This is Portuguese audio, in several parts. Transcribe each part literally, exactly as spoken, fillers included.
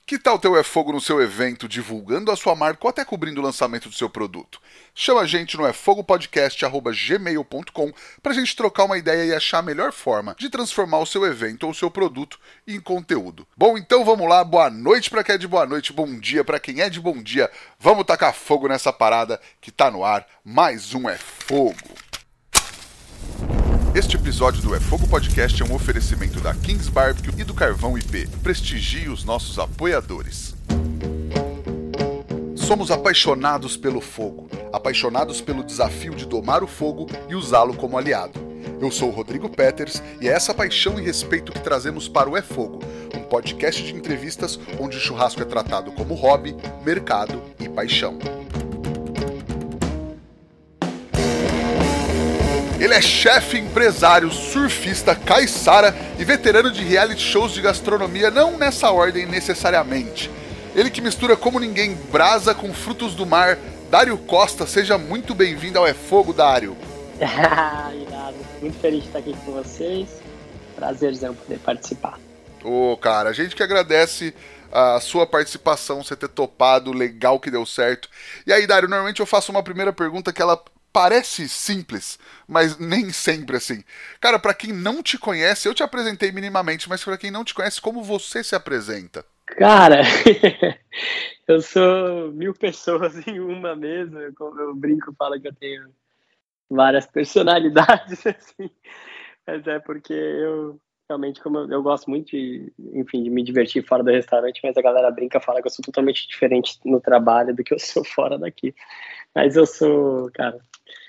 Que tal ter o É Fogo no seu evento, divulgando a sua marca ou até cobrindo o lançamento do seu produto? Chama a gente no é fogo podcast arroba gmail ponto com pra gente trocar uma ideia e achar a melhor forma de transformar o seu evento ou o seu produto em conteúdo. Bom, então vamos lá, boa noite pra quem é de boa noite, bom dia pra quem é de bom dia. Vamos tacar fogo nessa parada que tá no ar, mais um É Fogo. Este episódio do É Fogo Podcast é um oferecimento da Kings Barbecue e do Carvão I P. Prestigie os nossos apoiadores. Somos apaixonados pelo fogo, apaixonados pelo desafio de domar o fogo e usá-lo como aliado. Eu sou o Rodrigo Peters e é essa paixão e respeito que trazemos para o É Fogo, um podcast de entrevistas onde o churrasco é tratado como hobby, mercado e paixão. Ele é chefe, empresário, surfista, caiçara e veterano de reality shows de gastronomia, não nessa ordem necessariamente. Ele que mistura como ninguém brasa com frutos do mar. Dário Costa, seja muito bem-vindo ao É Fogo, Dário. Irado, muito feliz de estar aqui com vocês. Prazerzão poder participar. Ô, cara, a gente que agradece a sua participação, você ter topado, legal que deu certo. E aí, Dário, normalmente eu faço uma primeira pergunta que ela parece simples, mas nem sempre assim. Cara, pra quem não te conhece, eu te apresentei minimamente, mas pra quem não te conhece, como você se apresenta? Cara, eu sou mil pessoas em uma mesmo. Eu, eu brinco, falo que eu tenho várias personalidades, assim. Mas é porque eu realmente, como eu, eu gosto muito de, enfim, de me divertir fora do restaurante, mas a galera brinca, fala que eu sou totalmente diferente no trabalho do que eu sou fora daqui. Mas eu sou, cara,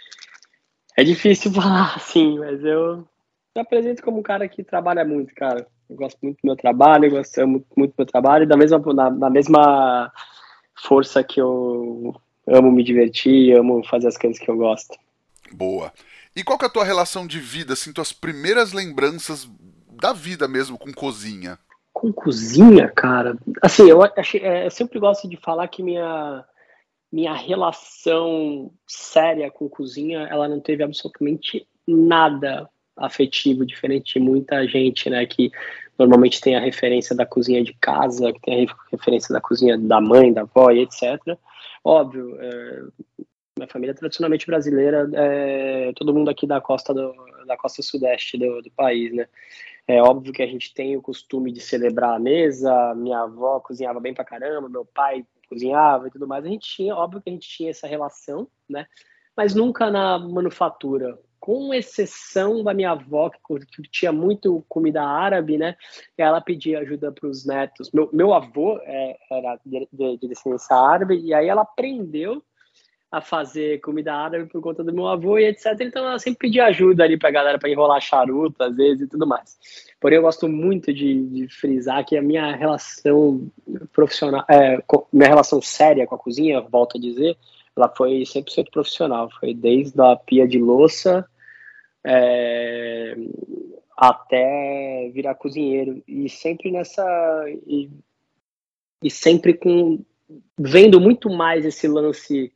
é difícil falar assim, mas eu me apresento como um cara que trabalha muito, cara. Eu gosto muito do meu trabalho, eu gosto muito, muito do meu trabalho, e da mesma, na, na mesma força que eu amo me divertir, amo fazer as coisas que eu gosto. Boa. E qual que é a tua relação de vida, assim, tuas primeiras lembranças da vida mesmo com cozinha? Com cozinha, cara? Assim, eu, achei, é, eu sempre gosto de falar que minha... minha relação séria com cozinha, ela não teve absolutamente nada afetivo, diferente de muita gente, né, que normalmente tem a referência da cozinha de casa, que tem a referência da cozinha da mãe, da avó e etcétera. Óbvio, é, minha família é tradicionalmente brasileira, é, todo mundo aqui da costa, do, da costa sudeste do, do país, né. É óbvio que a gente tem o costume de celebrar a mesa, minha avó cozinhava bem pra caramba, meu pai cozinhava e tudo mais. A gente tinha, óbvio que a gente tinha essa relação, né? Mas nunca na manufatura, com exceção da minha avó, que curtia muito comida árabe, né? E ela pedia ajuda para os netos. Meu, meu avô é, era de, de, de descendência árabe, e aí ela aprendeu a fazer comida árabe por conta do meu avô e etcétera. Então ela sempre pedia ajuda ali pra galera para enrolar charuto, às vezes, e tudo mais. Porém, eu gosto muito de, de frisar que a minha relação profissional, é, minha relação séria com a cozinha, volto a dizer, ela foi cem por cento profissional. Foi desde a pia de louça é, até virar cozinheiro. E sempre nessa... E, e sempre com... Vendo muito mais esse lance...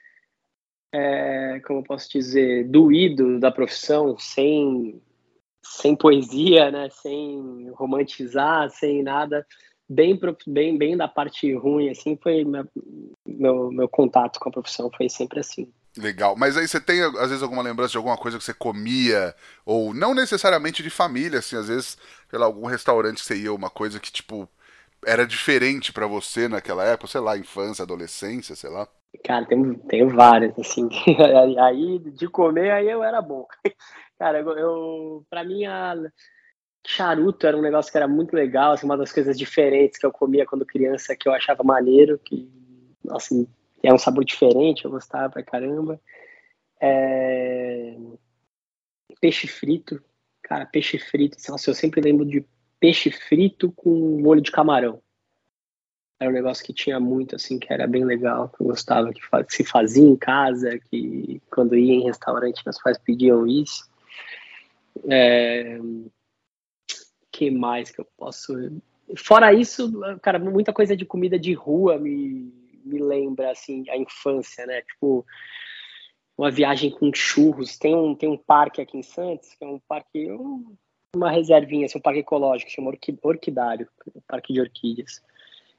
É, como eu posso dizer, doído da profissão, sem, sem poesia, né, sem romantizar, sem nada, bem, bem, bem da parte ruim, assim, foi meu, meu, meu contato com a profissão, foi sempre assim. Legal, mas aí você tem, às vezes, alguma lembrança de alguma coisa que você comia, ou não necessariamente de família, assim, às vezes, sei lá, algum restaurante que você ia, uma coisa que, tipo, era diferente pra você naquela época, sei lá, infância, adolescência, sei lá? Cara, tenho, tenho várias, assim, aí de comer, aí eu era bom. Cara, eu, eu pra mim, a charuto era um negócio que era muito legal, assim, uma das coisas diferentes que eu comia quando criança, que eu achava maneiro, que, assim, é um sabor diferente, eu gostava pra caramba. É... Peixe frito, cara, peixe frito, nossa, eu sempre lembro de peixe frito com molho de camarão. Era um negócio que tinha muito, assim, que era bem legal, que eu gostava, que se fazia em casa, que quando ia em restaurante meus pais pediam isso. É... Que mais que eu posso... Fora isso, cara, muita coisa de comida de rua me, me lembra, assim, a infância, né? Tipo, uma viagem com churros. Tem um, tem um parque aqui em Santos, que é um parque, um, uma reservinha, assim, um parque ecológico, que chama Orqui, Orquidário, um parque de orquídeas.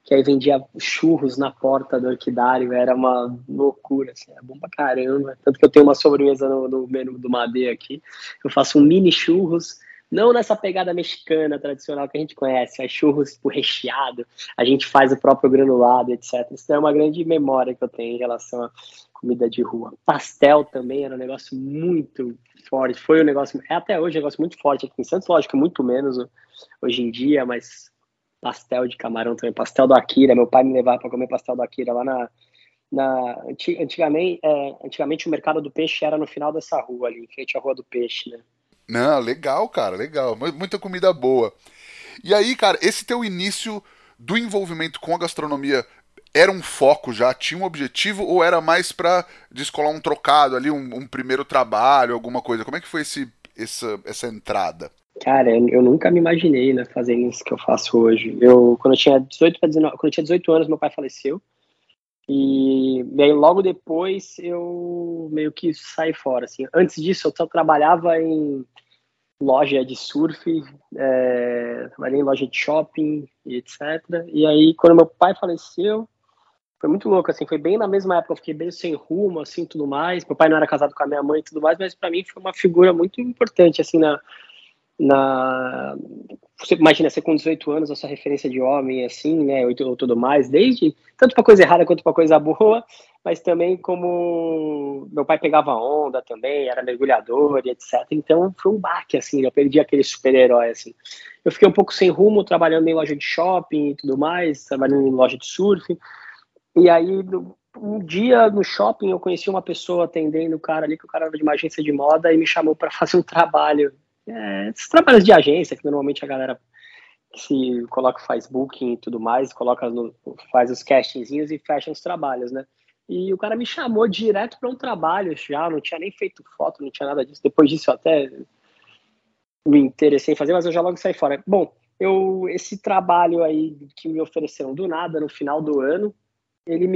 que aí vendia churros na porta do Orquidário, era uma loucura, assim, era bom pra caramba. Tanto que eu tenho uma sobremesa no, no menu do Madê aqui, eu faço um mini churros, não nessa pegada mexicana tradicional que a gente conhece, mas churros tipo, recheado, a gente faz o próprio granulado, etcétera. Isso é uma grande memória que eu tenho em relação a comida de rua. Pastel também era um negócio muito forte, foi um negócio, é até hoje um negócio muito forte aqui em Santos, lógico, muito menos hoje em dia, mas pastel de camarão também, pastel do Akira, meu pai me levava para comer pastel do Akira lá na, na antigamente, é, antigamente o mercado do peixe era no final dessa rua ali, em frente à Rua do Peixe, né? Não, legal, cara, legal. Muita comida boa. E aí, cara, esse teu início do envolvimento com a gastronomia era um foco já? Tinha um objetivo ou era mais pra descolar um trocado ali, um, um primeiro trabalho, alguma coisa? Como é que foi esse, essa, essa entrada? Cara, eu, eu nunca me imaginei, né, fazendo isso que eu faço hoje. Eu, quando eu tinha dezoito para dezenove, quando eu tinha dezoito anos, meu pai faleceu. E, e aí logo depois eu meio que saí fora, assim. Antes disso, eu só trabalhava em loja de surf, é, trabalhei em loja de shopping e etcétera. E aí, quando meu pai faleceu, foi muito louco, assim, foi bem na mesma época, eu fiquei bem sem rumo, assim, tudo mais. Meu pai não era casado com a minha mãe e tudo mais, mas para mim foi uma figura muito importante, assim, na... na você imagina, você com dezoito anos, a sua referência de homem, assim, né, ou, ou tudo mais, desde, tanto para coisa errada quanto para coisa boa, mas também como meu pai pegava onda também, era mergulhador e etcétera. Então foi um baque, assim, eu perdi aquele super-herói, assim. Eu fiquei um pouco sem rumo, trabalhando em loja de shopping e tudo mais, trabalhando em loja de surf, e aí um dia no shopping eu conheci uma pessoa atendendo o cara ali, que o cara era de uma agência de moda, e me chamou para fazer um trabalho. É, esses trabalhos de agência, que normalmente a galera se coloca, faz booking e tudo mais, coloca no, faz os castingzinhos e fecha os trabalhos, né? E o cara me chamou direto para um trabalho já, não tinha nem feito foto, não tinha nada disso. Depois disso eu até me interessei em fazer, mas eu já logo saí fora. Bom, eu, esse trabalho aí que me ofereceram do nada no final do ano, ele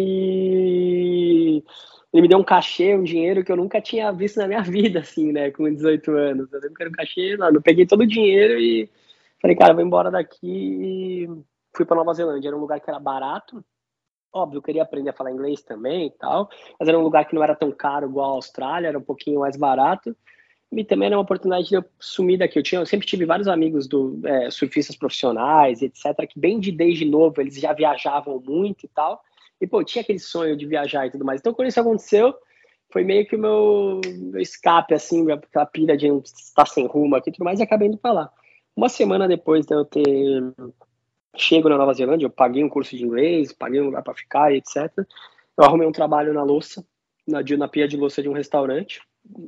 me ele me deu um cachê, um dinheiro que eu nunca tinha visto na minha vida, assim, né, com dezoito anos. Eu lembro que era um cachê, mano, eu peguei todo o dinheiro e falei, cara, vou embora daqui e fui para Nova Zelândia. Era um lugar que era barato, óbvio, eu queria aprender a falar inglês também e tal, mas era um lugar que não era tão caro igual a Austrália, era um pouquinho mais barato. E também era uma oportunidade de eu sumir daqui. Eu, tinha, eu sempre tive vários amigos do é, surfistas profissionais, etcétera, que bem de desde novo eles já viajavam muito e tal. E, pô, tinha aquele sonho de viajar e tudo mais. Então, quando isso aconteceu, foi meio que o meu, meu escape, assim, aquela pilha de estar sem rumo aqui e tudo mais, e acabei indo pra lá. Uma semana depois de eu ter chego na Nova Zelândia, eu paguei um curso de inglês, paguei um lugar para ficar, etcétera. Eu arrumei um trabalho na louça, na, na pia de louça de um restaurante,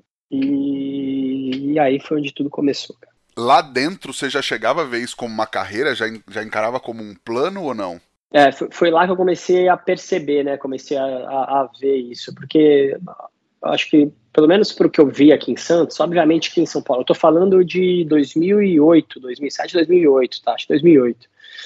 e, e aí foi onde tudo começou, cara. Lá dentro, você já chegava a ver isso como uma carreira? Já, já encarava como um plano ou não? É, foi, foi lá que eu comecei a perceber, né? Comecei a, a, a ver isso, porque acho que, pelo menos para o que eu vi aqui em Santos, obviamente aqui em São Paulo, eu tô falando de dois mil e oito, dois mil e sete, dois mil e oito, tá? Acho que dois mil e oito.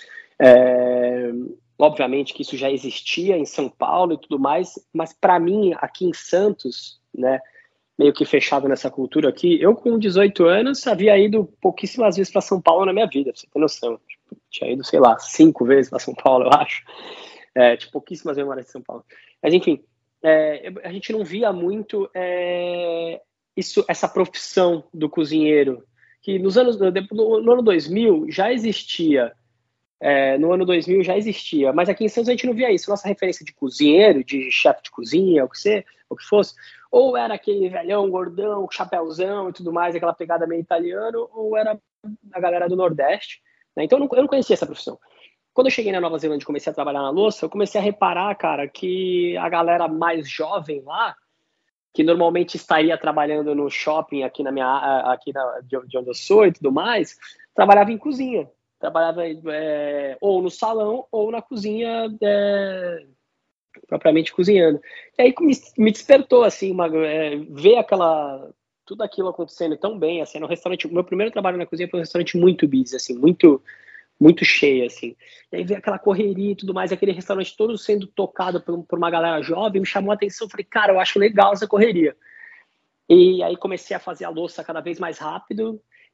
É, obviamente que isso já existia em São Paulo e tudo mais, mas para mim, aqui em Santos, né? Meio que fechado nessa cultura aqui, eu com dezoito anos havia ido pouquíssimas vezes para São Paulo na minha vida, pra você ter noção. Tipo, tinha ido, sei lá, cinco vezes para São Paulo, eu acho. É, tipo, pouquíssimas memórias de São Paulo. Mas enfim, é, a gente não via muito é, isso, essa profissão do cozinheiro, que nos anos, no, no ano dois mil já existia. É, no ano dois mil já existia, mas aqui em Santos a gente não via isso. Nossa referência de cozinheiro, de chefe de cozinha, o que, ser, o que fosse, ou era aquele velhão, gordão, chapéuzão e tudo mais, aquela pegada meio italiano, ou era a galera do Nordeste, né? Então eu não, eu não conhecia essa profissão. Quando eu cheguei na Nova Zelândia e comecei a trabalhar na louça, eu comecei a reparar, cara, que a galera mais jovem lá, que normalmente estaria trabalhando no shopping aqui, na minha, aqui na, de onde eu sou e tudo mais, trabalhava em cozinha. Trabalhava é, ou no salão ou na cozinha, é, propriamente cozinhando. E aí me, me despertou, assim, uma, é, ver aquela, tudo aquilo acontecendo tão bem, assim, no restaurante. O meu primeiro trabalho na cozinha foi um restaurante muito busy, assim, muito, muito cheio, assim. E aí ver aquela correria e tudo mais, aquele restaurante todo sendo tocado por, por uma galera jovem, me chamou a atenção. Falei, cara, eu acho legal essa correria. E aí comecei a fazer a louça cada vez mais rápido.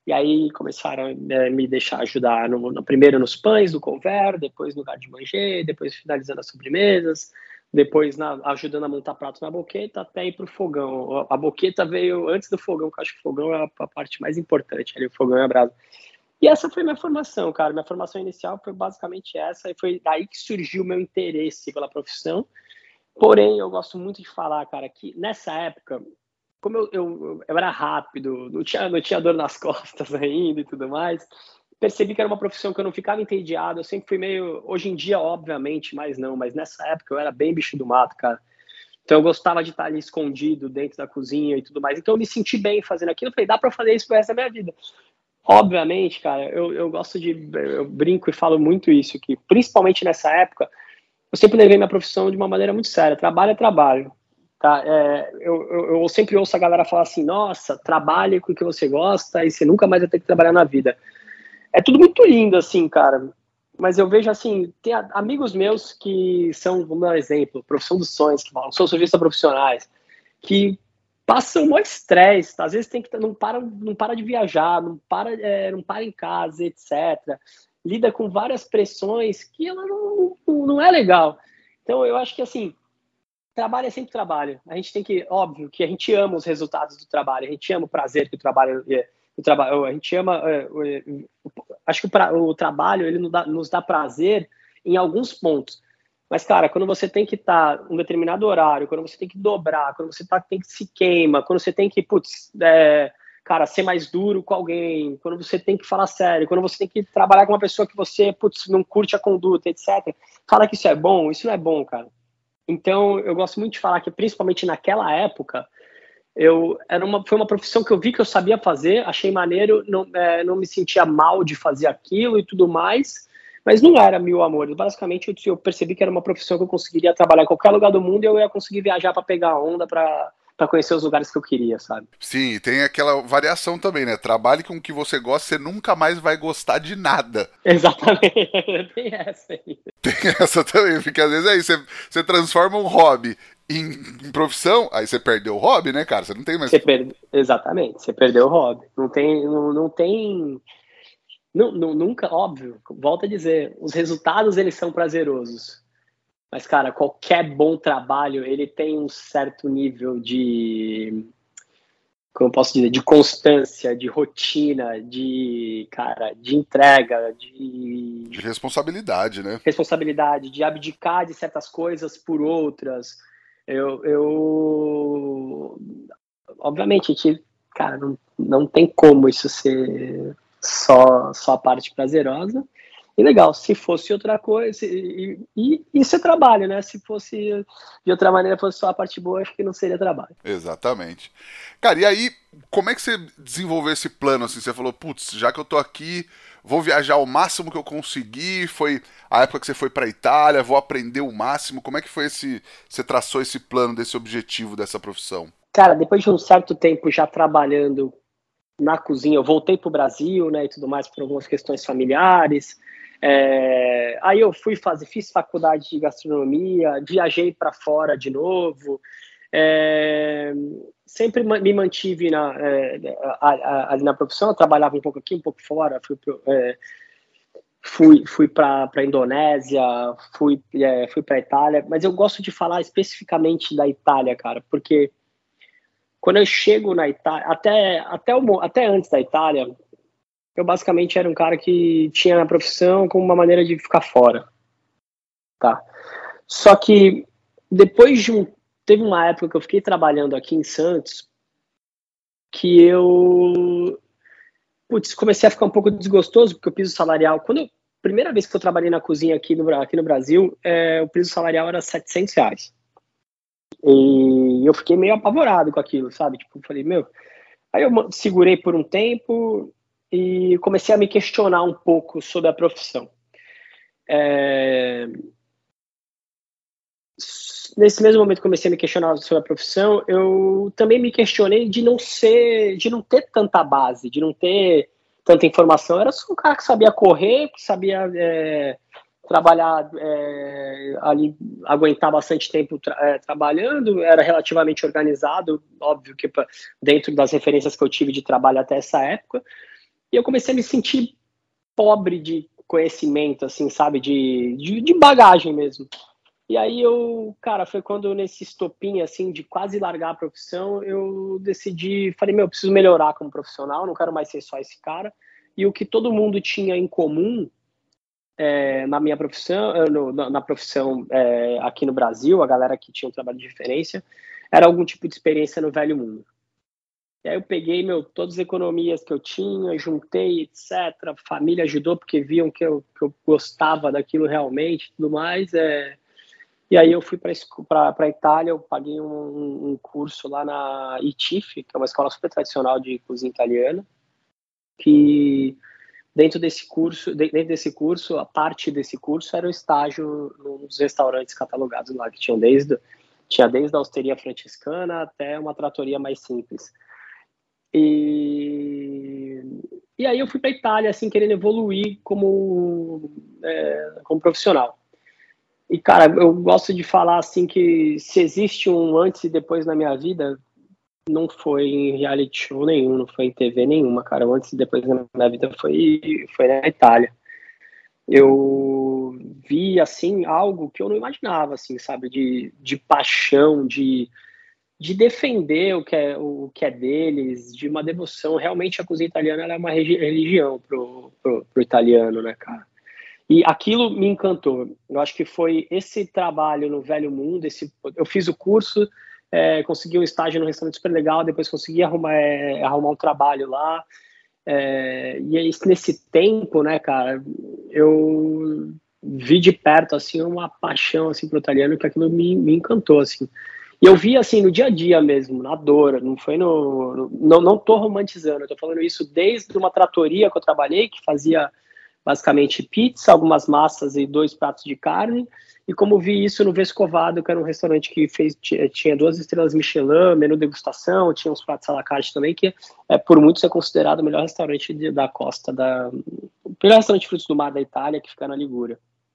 E aí começaram a me deixar ajudar no, no, primeiro nos pães do Conver, depois no garde-manger, depois finalizando as sobremesas, depois na, ajudando a montar prato na boqueta, até ir para o fogão. A boqueta veio antes do fogão, que eu acho que o fogão é a, a parte mais importante, ali, o fogão é a brasa. E essa foi minha formação, cara. Minha formação inicial foi basicamente essa, e foi daí que surgiu o meu interesse pela profissão. Porém, eu gosto muito de falar, cara, que nessa época, como eu, eu, eu era rápido, não tinha, não tinha dor nas costas ainda e tudo mais, percebi que era uma profissão que eu não ficava entediado, eu sempre fui meio, hoje em dia, obviamente, mas não, mas nessa época eu era bem bicho do mato, cara. Então eu gostava de estar ali escondido dentro da cozinha e tudo mais, então eu me senti bem fazendo aquilo, eu falei, dá pra fazer isso pro resto da minha vida. Obviamente, cara, eu, eu gosto de, eu brinco e falo muito isso, que principalmente nessa época, eu sempre levei minha profissão de uma maneira muito séria, trabalho é trabalho. Tá, é, eu, eu, eu sempre ouço a galera falar assim, nossa, trabalhe com o que você gosta e você nunca mais vai ter que trabalhar na vida. É tudo muito lindo, assim, cara, mas eu vejo, assim, tem amigos meus que são, vamos dar um exemplo, profissão dos sonhos, que falam, são surfistas profissionais, que passam um estresse, tá? Às vezes tem que, não, para, não para de viajar, não para, é, não para em casa, etcétera. Lida com várias pressões que ela não, não, não é legal. Então, eu acho que, assim, trabalho é sempre trabalho. A gente tem que, óbvio, que a gente ama os resultados do trabalho, a gente ama o prazer que o trabalho, o trabalho, a gente ama, acho que o, pra, o trabalho ele nos dá, nos dá prazer em alguns pontos. Mas, cara, quando você tem que estar tá um determinado horário, quando você tem que dobrar, quando você tá, tem que se queima, quando você tem que, putz, é, cara, ser mais duro com alguém, quando você tem que falar sério, quando você tem que trabalhar com uma pessoa que você, putz, não curte a conduta, etcétera. Fala que isso é bom, isso não é bom, cara. Então, eu gosto muito de falar que, principalmente naquela época, eu, era uma, foi uma profissão que eu vi que eu sabia fazer, achei maneiro, não, é, não me sentia mal de fazer aquilo e tudo mais, mas não era mil amores. Basicamente, eu, eu percebi que era uma profissão que eu conseguiria trabalhar em qualquer lugar do mundo e eu ia conseguir viajar para pegar onda, para para conhecer os lugares que eu queria, sabe? Sim, tem aquela variação também, né? Trabalhe com o que você gosta, você nunca mais vai gostar de nada. Exatamente, tem essa aí. Tem essa também, porque às vezes é isso, você, você transforma um hobby em, em profissão, aí você perdeu o hobby, né, cara? Você não tem mais... Você per... Exatamente, você perdeu o hobby. Não tem... Não, não tem... Não, não, nunca, óbvio, volto a dizer, os resultados eles são prazerosos. Mas, cara, qualquer bom trabalho, ele tem um certo nível de, como eu posso dizer, de constância, de rotina, de, cara, de entrega, de... De responsabilidade, né? Responsabilidade, de abdicar de certas coisas por outras. Eu, eu... Obviamente, a gente, cara, não, não tem como isso ser só, só a parte prazerosa. E legal, se fosse outra coisa, e, e isso é trabalho, né? Se fosse de outra maneira, fosse só a parte boa, acho que não seria trabalho. Exatamente. Cara, e aí, como é que você desenvolveu esse plano, assim? Você falou, putz, já que eu tô aqui, vou viajar o máximo que eu conseguir, foi a época que você foi pra Itália, vou aprender o máximo. Como é que foi esse, você traçou esse plano, desse objetivo dessa profissão? Cara, depois de um certo tempo já trabalhando na cozinha, eu voltei pro Brasil, né, e tudo mais, por algumas questões familiares. É, aí eu fui fazer, fiz faculdade de gastronomia, viajei para fora de novo, é, sempre me mantive na, é, ali na profissão, eu trabalhava um pouco aqui, um pouco fora, fui, é, fui, fui para a Indonésia, fui, é, fui para a Itália, mas eu gosto de falar especificamente da Itália, cara, porque quando eu chego na Itália, até, até, o, até antes da Itália, eu basicamente era um cara que tinha na profissão como uma maneira de ficar fora, tá? Só que depois de um... Teve uma época que eu fiquei trabalhando aqui em Santos que eu... Putz, comecei a ficar um pouco desgostoso porque o piso salarial... Quando eu, primeira vez que eu trabalhei na cozinha aqui no, aqui no Brasil, é, o piso salarial era setecentos reais. E eu fiquei meio apavorado com aquilo, sabe? Tipo, eu falei, meu... Aí eu segurei por um tempo... e comecei a me questionar um pouco sobre a profissão. É... Nesse mesmo momento que comecei a me questionar sobre a profissão, eu também me questionei de não ser, de não ter tanta base, de não ter tanta informação. Eu era só um cara que sabia correr, que sabia é, trabalhar é, ali, aguentar bastante tempo tra é, trabalhando, era relativamente organizado, óbvio que pra, dentro das referências que eu tive de trabalho até essa época. E eu comecei a me sentir pobre de conhecimento, assim, sabe, de, de, de bagagem mesmo. E aí eu, cara, foi quando nesse estopim, assim, de quase largar a profissão, eu decidi, falei, meu, eu preciso melhorar como profissional, não quero mais ser só esse cara. E o que todo mundo tinha em comum é, na minha profissão, no, na profissão é, aqui no Brasil, a galera que tinha um trabalho de referência, era algum tipo de experiência no velho mundo. E aí eu peguei, meu, todas as economias que eu tinha, juntei, etcétera. A família ajudou porque viam que eu, que eu gostava daquilo realmente e tudo mais. É... E aí eu fui para a Itália, eu paguei um, um curso lá na I T I F, que é uma escola super tradicional de cozinha italiana, que dentro desse curso, dentro desse curso, a parte desse curso era o estágio nos restaurantes catalogados lá, que tinham desde, tinha desde a osteria franciscana até uma tratoria mais simples. E, e aí eu fui para a Itália, assim, querendo evoluir como, é, como profissional. E, cara, eu gosto de falar, assim, que se existe um antes e depois na minha vida, não foi em reality show nenhum, não foi em T V nenhuma, cara. O antes e depois na minha vida foi, foi na Itália. Eu vi, assim, algo que eu não imaginava, assim, sabe? De, de paixão, de... de defender o que, é, o que é deles, de uma devoção. Realmente a cozinha italiana ela é uma religião pro, pro, pro italiano, né, cara? E aquilo me encantou. Eu acho que foi esse trabalho no velho mundo, esse, eu fiz o curso, é, consegui um estágio no restaurante super legal, depois consegui arrumar, é, arrumar um trabalho lá. É, e aí, nesse tempo, né, cara, eu vi de perto, assim, uma paixão, assim, pro italiano, que aquilo me, me encantou, assim. E eu vi, assim, no dia a dia mesmo, na dor, não foi no... no não, não tô romantizando, eu tô falando isso desde uma tratoria que eu trabalhei, que fazia basicamente pizza, algumas massas e dois pratos de carne, e como vi isso no Vescovado, que era um restaurante que fez, tinha duas estrelas Michelin, menu degustação, tinha uns pratos à la carte também, que é, por muitos é considerado o melhor restaurante de, da costa, da, o melhor restaurante de frutos do mar da Itália, que fica na Ligúria.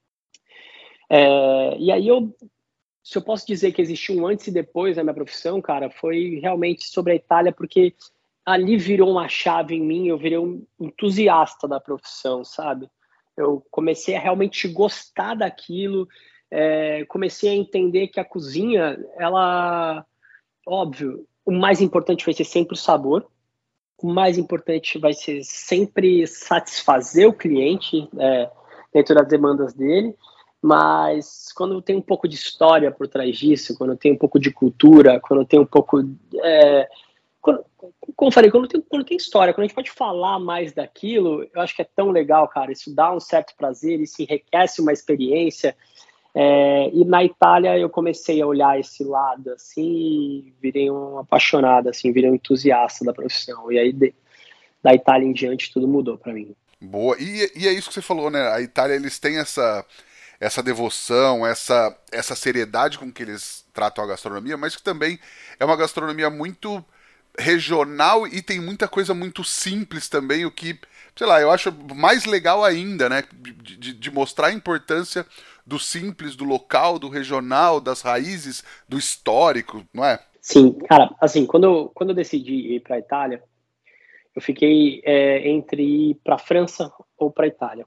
É, e aí eu, se eu posso dizer que existiu um antes e depois na minha profissão, cara, foi realmente sobre a Itália, porque ali virou uma chave em mim, eu virei um entusiasta da profissão, sabe? Eu comecei a realmente gostar daquilo, é, comecei a entender que a cozinha, ela, óbvio, o mais importante vai ser sempre o sabor, o mais importante vai ser sempre satisfazer o cliente é, dentro das demandas dele, mas quando tem um pouco de história por trás disso, quando tem um pouco de cultura, quando tem um pouco... É, Quando, como eu falei, quando tem, quando tem história, quando a gente pode falar mais daquilo, eu acho que é tão legal, cara. Isso dá um certo prazer, isso enriquece uma experiência. É, e na Itália eu comecei a olhar esse lado, assim, e virei um apaixonado, assim, virei um entusiasta da profissão. E aí, de, da Itália em diante, tudo mudou para mim. Boa. E, e é isso que você falou, né? A Itália, eles têm essa, essa devoção, essa, essa seriedade com que eles tratam a gastronomia, mas que também é uma gastronomia muito regional e tem muita coisa muito simples também, o que, sei lá, eu acho mais legal ainda, né? De, de, de mostrar a importância do simples, do local, do regional, das raízes, do histórico, não é? Sim, cara, assim, quando eu, quando eu decidi ir para a Itália, eu fiquei é, entre ir para a França ou para a Itália.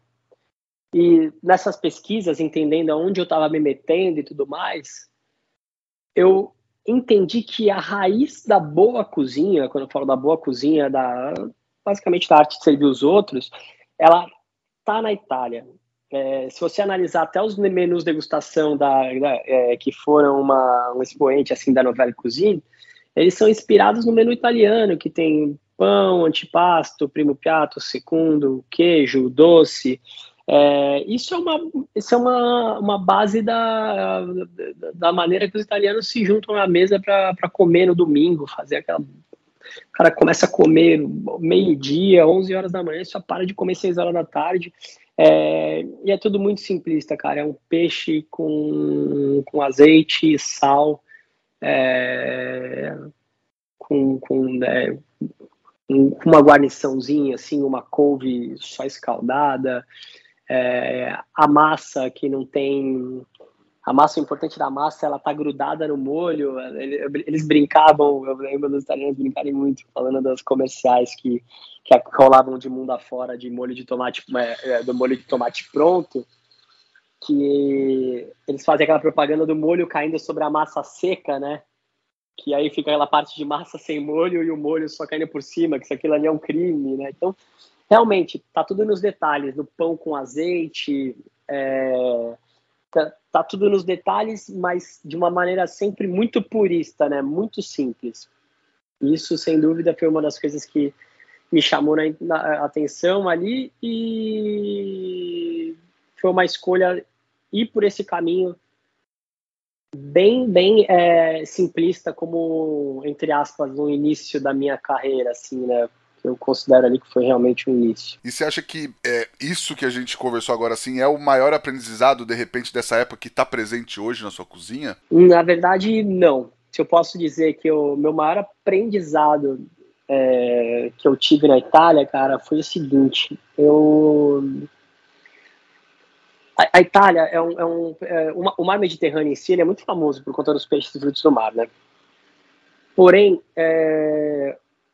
E nessas pesquisas, entendendo aonde eu estava me metendo e tudo mais, eu entendi que a raiz da boa cozinha, quando eu falo da boa cozinha, da, basicamente da arte de servir os outros, ela tá na Itália. É, se você analisar até os menus degustação da, da é, que foram uma, um expoente assim da Nouvelle Cuisine, eles são inspirados no menu italiano, que tem pão, antipasto, primo piatto, secondo, queijo, doce. É, isso é uma, isso é uma, uma base da, da maneira que os italianos se juntam na mesa para comer no domingo, fazer aquela... O cara começa a comer meio-dia, onze horas da manhã, só para de comer seis horas da tarde. É, e é tudo muito simplista, cara. É um peixe com, com azeite, sal, é, com, com, é, com uma guarniçãozinha, assim, uma couve só escaldada. É, a massa que não tem a massa, o importante da massa, ela tá grudada no molho. Eles brincavam, eu lembro dos italianos brincarem muito, falando das comerciais que, que rolavam de mundo afora de molho de tomate, do molho de tomate pronto, que eles fazem aquela propaganda do molho caindo sobre a massa seca, né? Que aí fica aquela parte de massa sem molho e o molho só caindo por cima, que isso aquilo ali é um crime, né? Então, realmente, tá tudo nos detalhes, no pão com azeite, é, tá, tá tudo nos detalhes, mas de uma maneira sempre muito purista, né? Muito simples. Isso, sem dúvida, foi uma das coisas que me chamou na, na atenção ali e foi uma escolha ir por esse caminho bem, bem é, simplista, como, entre aspas, no início da minha carreira, assim, né? Eu considero ali que foi realmente um início. E você acha que é, isso que a gente conversou agora, assim, é o maior aprendizado, de repente, dessa época que está presente hoje na sua cozinha? Na verdade, não. Se eu posso dizer que o meu maior aprendizado é, que eu tive na Itália, cara, foi o seguinte. Eu... A, a Itália é um... É um é uma, o mar Mediterrâneo em si, ele é muito famoso por conta dos peixes e frutos do mar, né? Porém, é...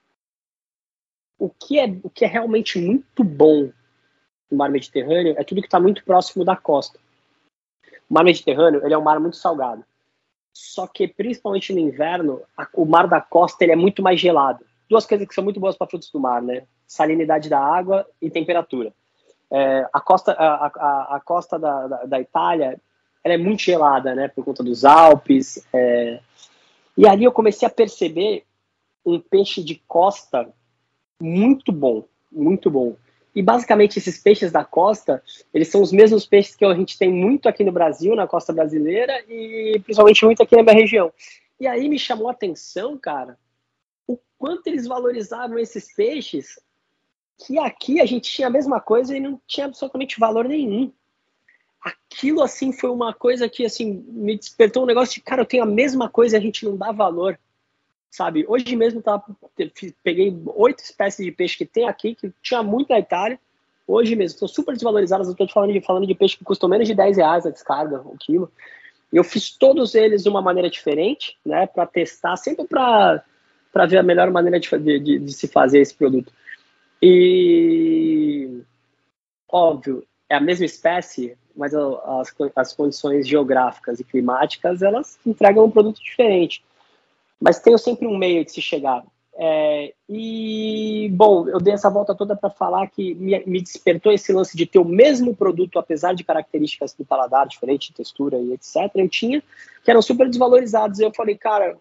O que, é, o que é realmente muito bom no mar Mediterrâneo é tudo que está muito próximo da costa. O mar Mediterrâneo, ele é um mar muito salgado. Só que, principalmente no inverno, a, o mar da costa ele é muito mais gelado. Duas coisas que são muito boas para frutos do mar, né? Salinidade da água e temperatura. É, a costa, a, a, a costa da, da, da Itália, ela é muito gelada, né? Por conta dos Alpes. É... E ali eu comecei a perceber um peixe de costa muito bom, muito bom. E basicamente esses peixes da costa, eles são os mesmos peixes que a gente tem muito aqui no Brasil, na costa brasileira, e principalmente muito aqui na minha região. E aí me chamou a atenção, cara, o quanto eles valorizavam esses peixes, que aqui a gente tinha a mesma coisa e não tinha absolutamente valor nenhum. Aquilo, assim, foi uma coisa que, assim, me despertou um negócio de, cara, eu tenho a mesma coisa e a gente não dá valor. Sabe, hoje mesmo tá, peguei oito espécies de peixe que tem aqui, que tinha muito na Itália. Hoje mesmo, estão super desvalorizadas. Eu estou falando de, falando de peixe que custam menos de dez reais a descarga, o quilo. Eu fiz todos eles de uma maneira diferente, né, para testar, sempre para ver a melhor maneira de, de, de se fazer esse produto. E, óbvio, é a mesma espécie, mas as, as condições geográficas e climáticas, elas entregam um produto diferente. Mas tem sempre um meio de se chegar. É, e, bom, eu dei essa volta toda para falar que me, me despertou esse lance de ter o mesmo produto, apesar de características do paladar diferente, textura e etcétera, eu tinha, que eram super desvalorizados. E eu falei, cara,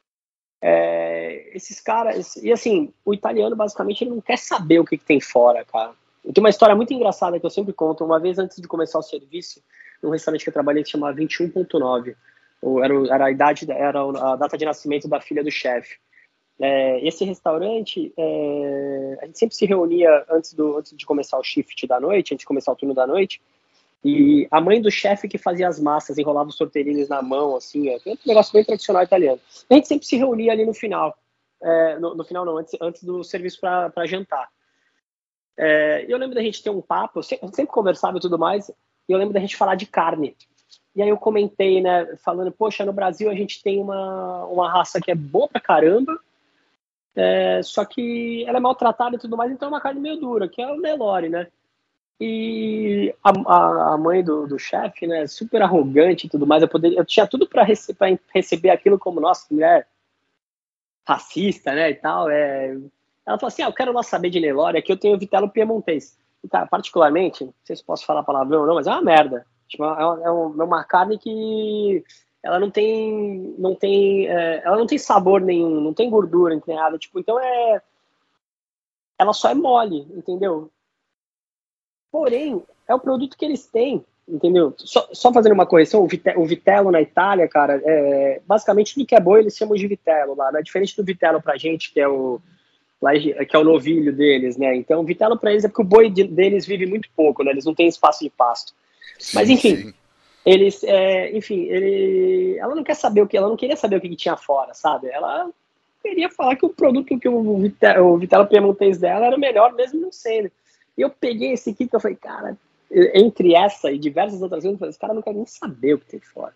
é, esses caras... E assim, o italiano, basicamente, ele não quer saber o que, que tem fora, cara. Eu tenho uma história muito engraçada que eu sempre conto. Uma vez, antes de começar o serviço, num restaurante que eu trabalhei, que se chamava vinte e um ponto nove. Era, era a idade, era a data de nascimento da filha do chefe. É, esse restaurante, é, a gente sempre se reunia antes, do, antes de começar o shift da noite, antes de começar o turno da noite, e a mãe do chefe que fazia as massas, enrolava os tortellini na mão, assim, é um negócio bem tradicional italiano. A gente sempre se reunia ali no final, é, no, no final não, antes, antes do serviço para jantar. É, eu lembro da gente ter um papo, a gente sempre conversava e tudo mais, e eu lembro da gente falar de carne. E aí eu comentei, né, falando, poxa, no Brasil a gente tem uma, uma raça que é boa pra caramba, é, só que ela é maltratada e tudo mais, então é uma carne meio dura, que é o Nelore, né? E a, a, a mãe do, do chefe, né, super arrogante e tudo mais, eu, poderia, eu tinha tudo pra, rece pra receber aquilo como, nossa, mulher racista, né, e tal. É... Ela falou assim, ah, eu quero lá saber de Nelore, aqui eu tenho Vitello Piemontês. E, cara, particularmente, não sei se posso falar palavrão ou não, mas é uma merda. Tipo, é, uma, é uma carne que ela não tem, não tem, é, ela não tem sabor nenhum, não tem gordura, não tem nada. Tipo, então é, ela só é mole, entendeu? Porém, é o produto que eles têm, entendeu? Só, só fazendo uma correção, o, vite, o Vitello na Itália, cara, é, basicamente tudo que é boi eles chamam de Vitello lá, né? Diferente do Vitello pra gente, que é o lá, que é o novilho deles, né? Então, o Vitello pra eles é porque o boi de, deles vive muito pouco, né? Eles não têm espaço de pasto. Sim, mas enfim, sim. eles, é, enfim, ele, ela não quer saber o que, ela não queria saber o que, que tinha fora, sabe? Ela queria falar que o produto que o Vitello, o Vitello Piemontês dela era o melhor, mesmo não sendo. E eu peguei esse kit e eu falei, cara, entre essa e diversas outras coisas, os caras não querem nem saber o que tem fora.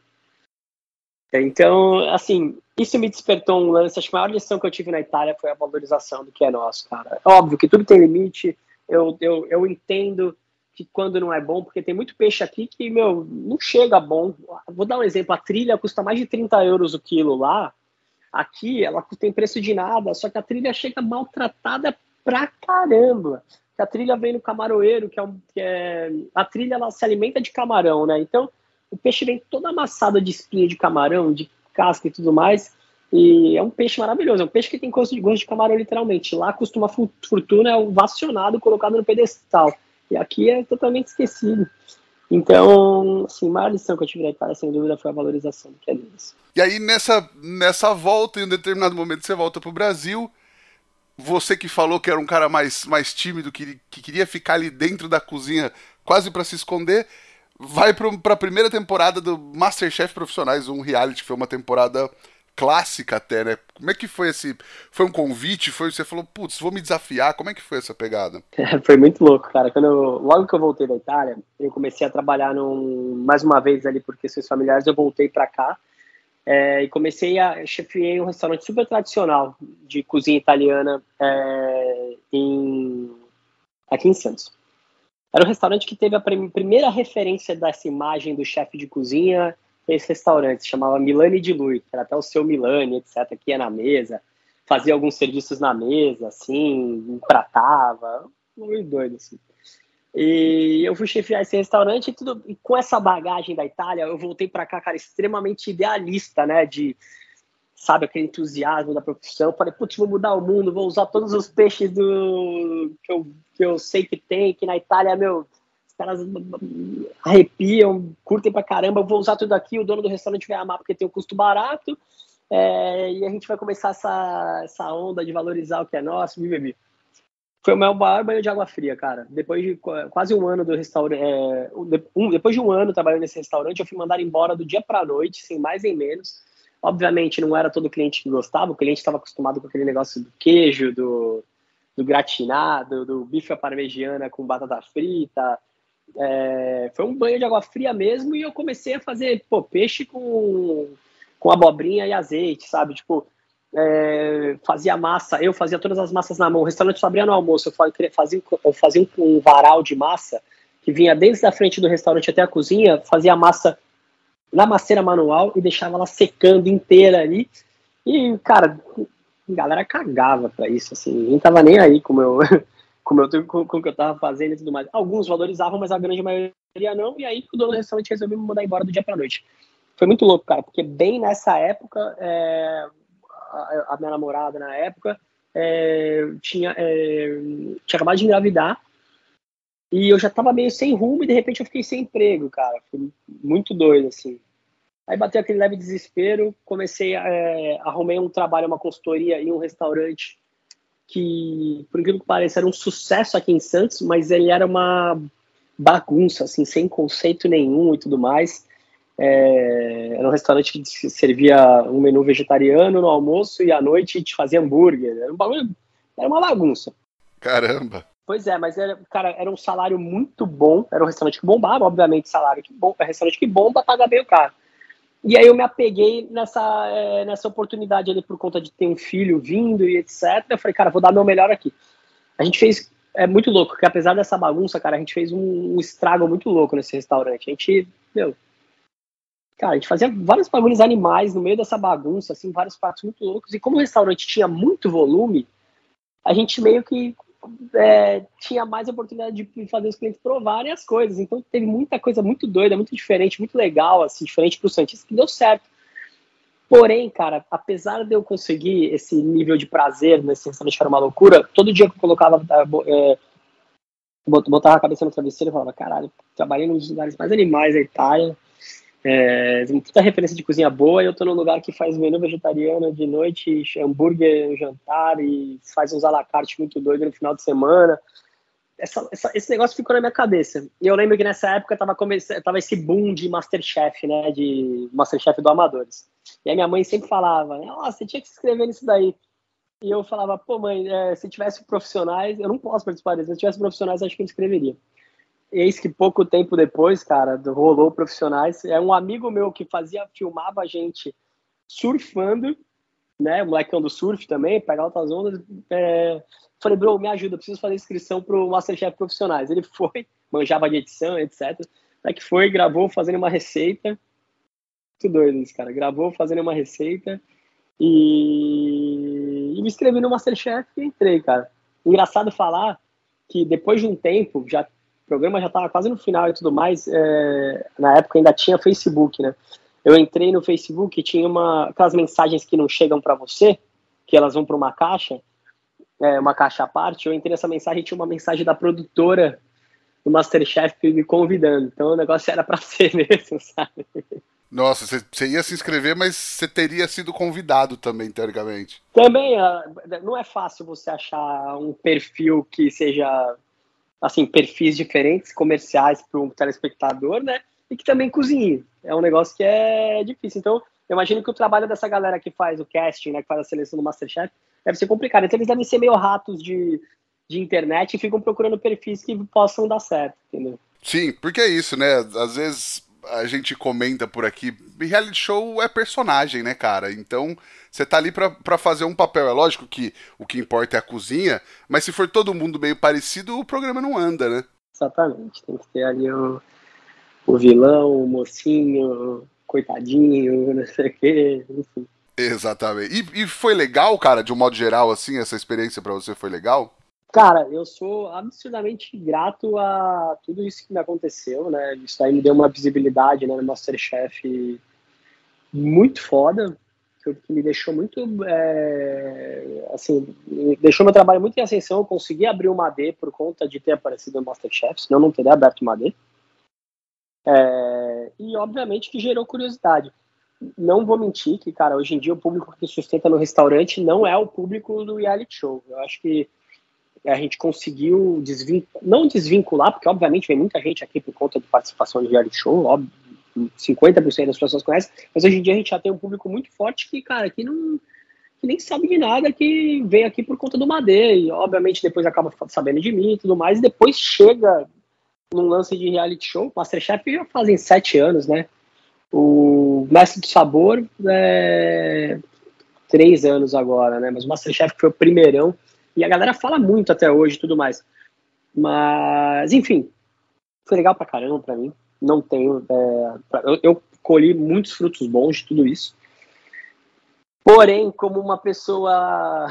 Então, assim, isso me despertou um lance. Acho que a maior lição que eu tive na Itália foi a valorização do que é nosso, cara. Óbvio que tudo tem limite, eu, eu, eu entendo que quando não é bom, porque tem muito peixe aqui que, meu, não chega bom. Vou dar um exemplo, a trilha custa mais de trinta euros o quilo lá, aqui ela tem preço de nada, só que a trilha chega maltratada pra caramba. A trilha vem no camaroeiro, que é, um, que é... a trilha ela se alimenta de camarão, né? Então o peixe vem todo amassado de espinha de camarão, de casca e tudo mais, e é um peixe maravilhoso, é um peixe que tem gosto de, gosto de camarão literalmente. Lá costuma fortuna é ovacionado, colocado no pedestal, e aqui é totalmente esquecido. Então, assim, a maior lição que eu tive na Itália, sem dúvida, foi a valorização do que é deles. E aí, nessa, nessa volta, em um determinado momento, você volta pro Brasil. Você que falou que era um cara mais, mais tímido, que, que queria ficar ali dentro da cozinha, quase para se esconder, vai para a primeira temporada do MasterChef Profissionais, um reality, que foi uma temporada clássica até, né? Como é que foi esse... Foi um convite? Foi, você falou, putz, vou me desafiar. Como é que foi essa pegada? Foi muito louco, cara. Quando eu, logo que eu voltei da Itália, eu comecei a trabalhar num, mais uma vez ali por questões familiares, eu voltei para cá é, e comecei a chefiar um restaurante super tradicional de cozinha italiana é, em, aqui em Santos. Era um restaurante que teve a prim- primeira referência dessa imagem do chefe de cozinha. Esse restaurante se chamava Milani di Lui, que era até o seu Milani, etcétera, que ia na mesa, fazia alguns serviços na mesa, assim, empratava, muito doido, assim. E eu fui chefiar esse restaurante e, tudo, e com essa bagagem da Itália, eu voltei para cá, cara, extremamente idealista, né, de, sabe, aquele entusiasmo da profissão. Falei, putz, vou mudar o mundo, vou usar todos os peixes do, que, eu, que eu sei que tem, que na Itália, meu... Os caras arrepiam, curtem pra caramba, eu vou usar tudo aqui, o dono do restaurante vai amar porque tem um custo barato, é, e a gente vai começar essa, essa onda de valorizar o que é nosso, viver. Foi o meu maior banho de água fria, cara. Depois de quase um ano do restaurante, é, um, depois de um ano trabalhando nesse restaurante, eu fui mandado embora do dia pra noite, sem mais nem menos. Obviamente, não era todo cliente que gostava, o cliente estava acostumado com aquele negócio do queijo, do, do gratinado, do bife à parmegiana com batata frita. É, foi um banho de água fria mesmo, e eu comecei a fazer pô, peixe com, com abobrinha e azeite, sabe? Tipo, é, fazia massa, eu fazia todas as massas na mão. O restaurante só abria no almoço, eu fazia, eu fazia um, um varal de massa que vinha desde a frente do restaurante até a cozinha, fazia a massa na masseira manual e deixava ela secando inteira ali. E, cara, a galera cagava pra isso, assim, ninguém tava nem aí com o meu... como eu, com, com o que eu tava fazendo e tudo mais. Alguns valorizavam, mas a grande maioria não, e aí o dono do restaurante resolveu me mandar embora do dia pra noite. Foi muito louco, cara, porque bem nessa época, é, a, a minha namorada na época é, tinha, é, tinha acabado de engravidar, e eu já tava meio sem rumo, e de repente eu fiquei sem emprego, cara. Foi muito doido, assim. Aí bateu aquele leve desespero, comecei, é, arrumei um trabalho, uma consultoria em um restaurante que, por incrível que pareça, era um sucesso aqui em Santos, mas ele era uma bagunça, assim, sem conceito nenhum e tudo mais. É, era um restaurante que servia um menu vegetariano no almoço e à noite te fazia hambúrguer. Era um bagulho, era uma bagunça. Caramba! Pois é, mas era, cara, era um salário muito bom, era um restaurante que bombava, obviamente, salário que bom, é restaurante que bomba, paga bem o caro. E aí eu me apeguei nessa, é, nessa oportunidade ali por conta de ter um filho vindo e etcétera. Eu falei, cara, vou dar meu melhor aqui. A gente fez, é muito louco, porque apesar dessa bagunça, cara, a gente fez um, um estrago muito louco nesse restaurante. A gente, meu, cara, a gente fazia vários bagulhos animais no meio dessa bagunça, assim, vários pratos muito loucos. E como o restaurante tinha muito volume, a gente meio que é, tinha mais oportunidade de fazer os clientes provarem as coisas. Então teve muita coisa muito doida, muito diferente, muito legal, assim, diferente pro Santista, que deu certo. Porém, cara, apesar de eu conseguir esse nível de prazer nesse restaurante que era uma loucura, todo dia que eu colocava, é, botava a cabeça no travesseiro e falava, caralho, trabalhei num dos lugares mais animais da Itália, é, tem muita referência de cozinha boa, e eu tô num lugar que faz menu vegetariano de noite, hambúrguer, jantar, e faz uns à la carte muito doido no final de semana. Essa, essa, esse negócio ficou na minha cabeça. E eu lembro que nessa época tava, comece... tava esse boom de Masterchef, né, de Masterchef do Amadores. E a minha mãe sempre falava, nossa, você tinha que se inscrever nisso daí. E eu falava, pô mãe, é, se tivesse profissionais, eu não posso participar disso, se tivesse profissionais, acho que eu inscreveria. eis que pouco tempo depois, cara, do rolou Profissionais, é um amigo meu que fazia, filmava a gente surfando, né, o molecão do surf também, pegar altas ondas, é, falei, bro, me ajuda, eu preciso fazer inscrição pro MasterChef Profissionais. Ele foi, manjava de edição, etcétera. Até que foi, gravou fazendo uma receita, muito doido isso, cara, gravou fazendo uma receita e, e me inscrevi no MasterChef e entrei, cara. Engraçado falar que depois de um tempo, já, o programa já estava quase no final e tudo mais, é, na época ainda tinha Facebook, né? Eu entrei no Facebook e tinha uma, aquelas mensagens que não chegam para você, que elas vão para uma caixa, é, uma caixa à parte. Eu entrei nessa mensagem e tinha uma mensagem da produtora do MasterChef me convidando. Então o negócio era para ser mesmo, sabe? Nossa, você ia se inscrever, mas você teria sido convidado também, teoricamente. Também, não é fácil você achar um perfil que seja, assim, perfis diferentes, comerciais para um telespectador, né? E que também cozinhe. É um negócio que é difícil. Então, eu imagino que o trabalho dessa galera que faz o casting, né, que faz a seleção do MasterChef, deve ser complicado. Então, eles devem ser meio ratos de, de internet e ficam procurando perfis que possam dar certo, entendeu? Sim, porque é isso, né? Às vezes a gente comenta por aqui, reality show é personagem, né, cara? Então, você tá ali pra, pra fazer um papel. É lógico que o que importa é a cozinha, mas se for todo mundo meio parecido, o programa não anda, né? Exatamente. Tem que ter ali o, o vilão, o mocinho, coitadinho, não sei o quê, enfim. Exatamente. E, e foi legal, cara, de um modo geral, assim, essa experiência pra você foi legal? Cara, eu sou absurdamente grato a tudo isso que me aconteceu, né? Isso aí me deu uma visibilidade, né, no MasterChef muito foda, que me deixou muito, é, assim, deixou meu trabalho muito em ascensão. Eu consegui abrir uma A D por conta de ter aparecido no MasterChef, senão eu não teria aberto uma A D. É, e, obviamente, que gerou curiosidade. Não vou mentir que, cara, hoje em dia o público que sustenta no restaurante não é o público do reality show. Eu acho que a gente conseguiu desvincular, não desvincular, porque obviamente vem muita gente aqui por conta de participação de reality show, óbvio, cinquenta por cento das pessoas conhecem, mas hoje em dia a gente já tem um público muito forte que, cara, que não que nem sabe de nada, que vem aqui por conta do Madê, e obviamente depois acaba sabendo de mim e tudo mais, e depois chega num lance de reality show. MasterChef já fazem sete anos, né? O Mestre do Sabor é três anos agora, né? Mas o MasterChef foi o primeirão, e a galera fala muito até hoje e tudo mais. Mas, enfim, foi legal pra caramba pra mim. Não tenho... É, pra, eu, eu colhi muitos frutos bons de tudo isso. Porém, como uma pessoa...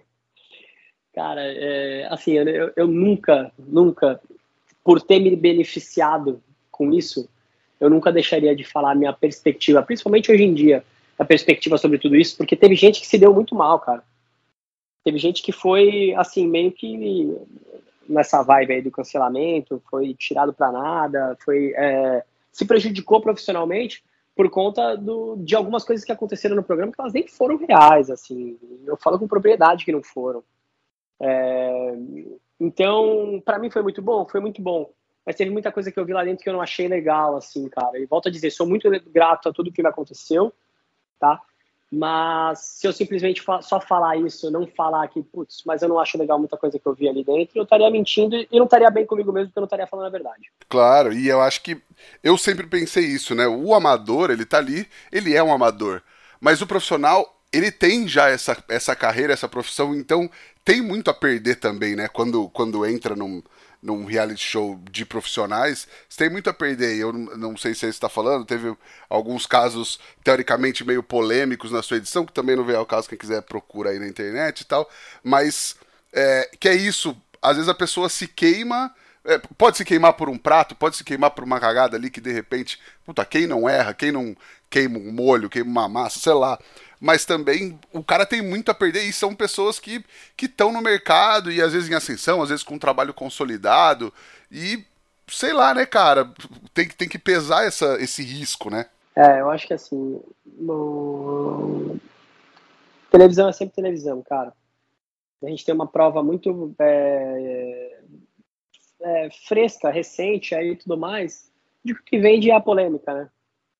Cara, é, assim, eu, eu nunca, nunca, por ter me beneficiado com isso, eu nunca deixaria de falar a minha perspectiva, principalmente hoje em dia, a perspectiva sobre tudo isso, porque teve gente que se deu muito mal, cara. Teve gente que foi, assim, meio que nessa vibe aí do cancelamento, foi tirado pra nada, foi, é, se prejudicou profissionalmente por conta do, de algumas coisas que aconteceram no programa que elas nem foram reais, assim. Eu falo com propriedade que não foram. É, então, pra mim foi muito bom, foi muito bom. Mas teve muita coisa que eu vi lá dentro que eu não achei legal, assim, cara. E volto a dizer, sou muito grato a tudo que me aconteceu, tá? Mas se eu simplesmente fa- só falar isso, não falar que, putz, mas eu não acho legal muita coisa que eu vi ali dentro, eu estaria mentindo e não estaria bem comigo mesmo, porque eu não estaria falando a verdade. Claro, e eu acho que eu sempre pensei isso, né? O amador, ele tá ali, ele é um amador. Mas o profissional, ele tem já essa, essa carreira, essa profissão, então tem muito a perder também, né? Quando, quando entra num, num reality show de profissionais, você tem muito a perder. Eu não, não sei se você está falando, teve alguns casos teoricamente meio polêmicos na sua edição, que também não veio ao caso, quem quiser procura aí na internet e tal, mas é, que é isso, às vezes a pessoa se queima. É, pode se queimar por um prato, pode se queimar por uma cagada ali que de repente, puta, quem não erra, quem não queima um molho, queima uma massa, sei lá. Mas também o cara tem muito a perder e são pessoas que estão no mercado e às vezes em ascensão, às vezes com um trabalho consolidado e sei lá, né, cara, tem, tem que pesar essa, esse risco, né? É, eu acho que assim, no... televisão é sempre televisão, cara. A gente tem uma prova muito é, é, fresca, recente aí e tudo mais, de que vende a polêmica, né?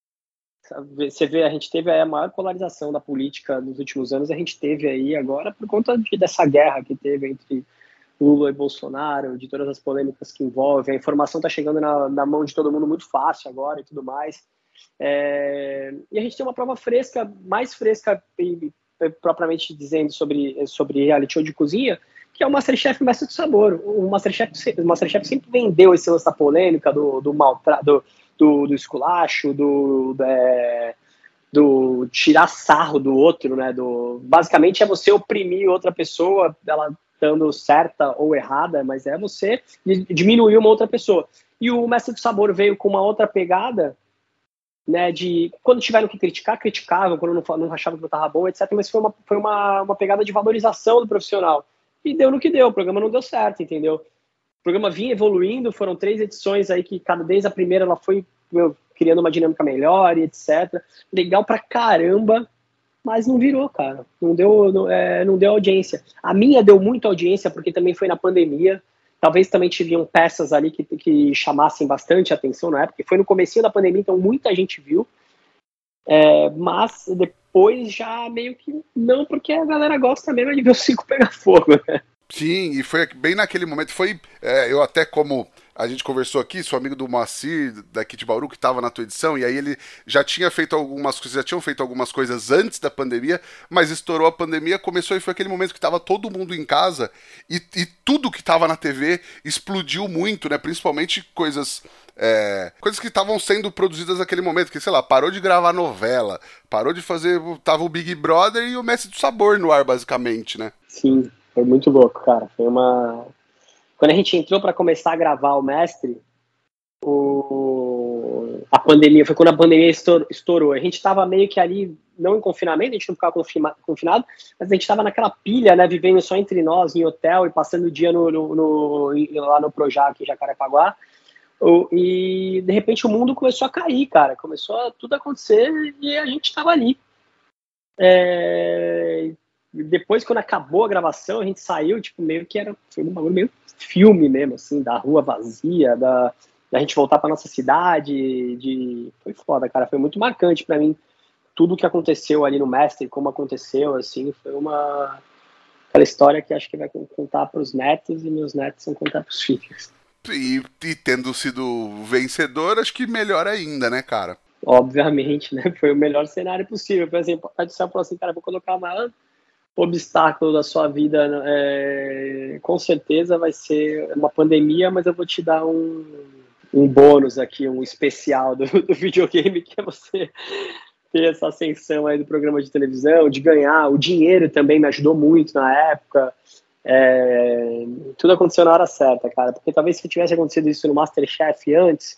Você vê, a gente teve aí a maior polarização da política nos últimos anos, a gente teve aí agora por conta de, dessa guerra que teve entre Lula e Bolsonaro, de todas as polêmicas que envolvem. A informação está chegando na, na mão de todo mundo muito fácil agora e tudo mais. É, e a gente tem uma prova fresca, mais fresca, propriamente dizendo, sobre, sobre reality show de cozinha, que é o MasterChef Mestre do Sabor. O MasterChef, o MasterChef sempre vendeu esse lance da polêmica, do, do maltrato, do, do, do esculacho, do, do, é, do tirar sarro do outro, né? Do, basicamente é você oprimir outra pessoa, ela estando certa ou errada, mas é você diminuir uma outra pessoa. E o Mestre do Sabor veio com uma outra pegada, né, de quando tiveram que criticar, criticavam, quando não, não achavam que não estava bom, etcétera. Mas foi, uma, foi uma, uma pegada de valorização do profissional. E deu no que deu, o programa não deu certo, entendeu? O programa vinha evoluindo, foram três edições aí que cada vez a primeira ela foi meu, criando uma dinâmica melhor e etcétera. Legal pra caramba, mas não virou, cara. Não deu, não, é, não deu audiência. A minha deu muita audiência porque também foi na pandemia. Talvez também tiviam peças ali que, que chamassem bastante atenção na época, porque foi no comecinho da pandemia, então muita gente viu. É, mas depois já meio que não, porque a galera gosta mesmo de ver o circo pegar fogo, né? Sim, e foi bem naquele momento, foi, é, eu até como a gente conversou aqui, sou amigo do Moacir, daqui de Bauru, que estava na tua edição, e aí ele já tinha feito algumas coisas, já tinham feito algumas coisas antes da pandemia, mas estourou a pandemia, começou e foi aquele momento que estava todo mundo em casa, e, e tudo que estava na T V explodiu muito, né, principalmente coisas... É, coisas que estavam sendo produzidas naquele momento, que, sei lá, parou de gravar novela, parou de fazer, tava o Big Brother e o Mestre do Sabor no ar, basicamente, né? Sim, foi muito louco, cara, foi uma... Quando a gente entrou para começar a gravar o Mestre, o... a pandemia, foi quando a pandemia estourou, a gente tava meio que ali, não em confinamento, a gente não ficava confinado, mas a gente tava naquela pilha, né, vivendo só entre nós, em hotel, e passando o dia no, no, no, lá no Projac, em Jacarepaguá. E de repente o mundo começou a cair, cara, começou a tudo acontecer e a gente estava ali. É... Depois, quando acabou a gravação, a gente saiu, tipo, meio que era, foi um bagulho meio filme mesmo, assim, da rua vazia, da, da gente voltar para nossa cidade, de... foi foda, cara, foi muito marcante para mim tudo que aconteceu ali no Mestre, como aconteceu, assim, foi uma aquela história que acho que vai contar para os netos e meus netos vão contar para os filhos. E, e tendo sido vencedor, acho que melhor ainda, né, cara? Obviamente, né? Foi o melhor cenário possível. Por exemplo, a Pai falou assim, cara, vou colocar o maior obstáculo da sua vida, é, com certeza vai ser uma pandemia, mas eu vou te dar um, um bônus aqui, um especial do, do videogame, que é você ter essa ascensão aí do programa de televisão, de ganhar. O dinheiro também me ajudou muito na época. É, tudo aconteceu na hora certa, cara, porque talvez se tivesse acontecido isso no MasterChef antes,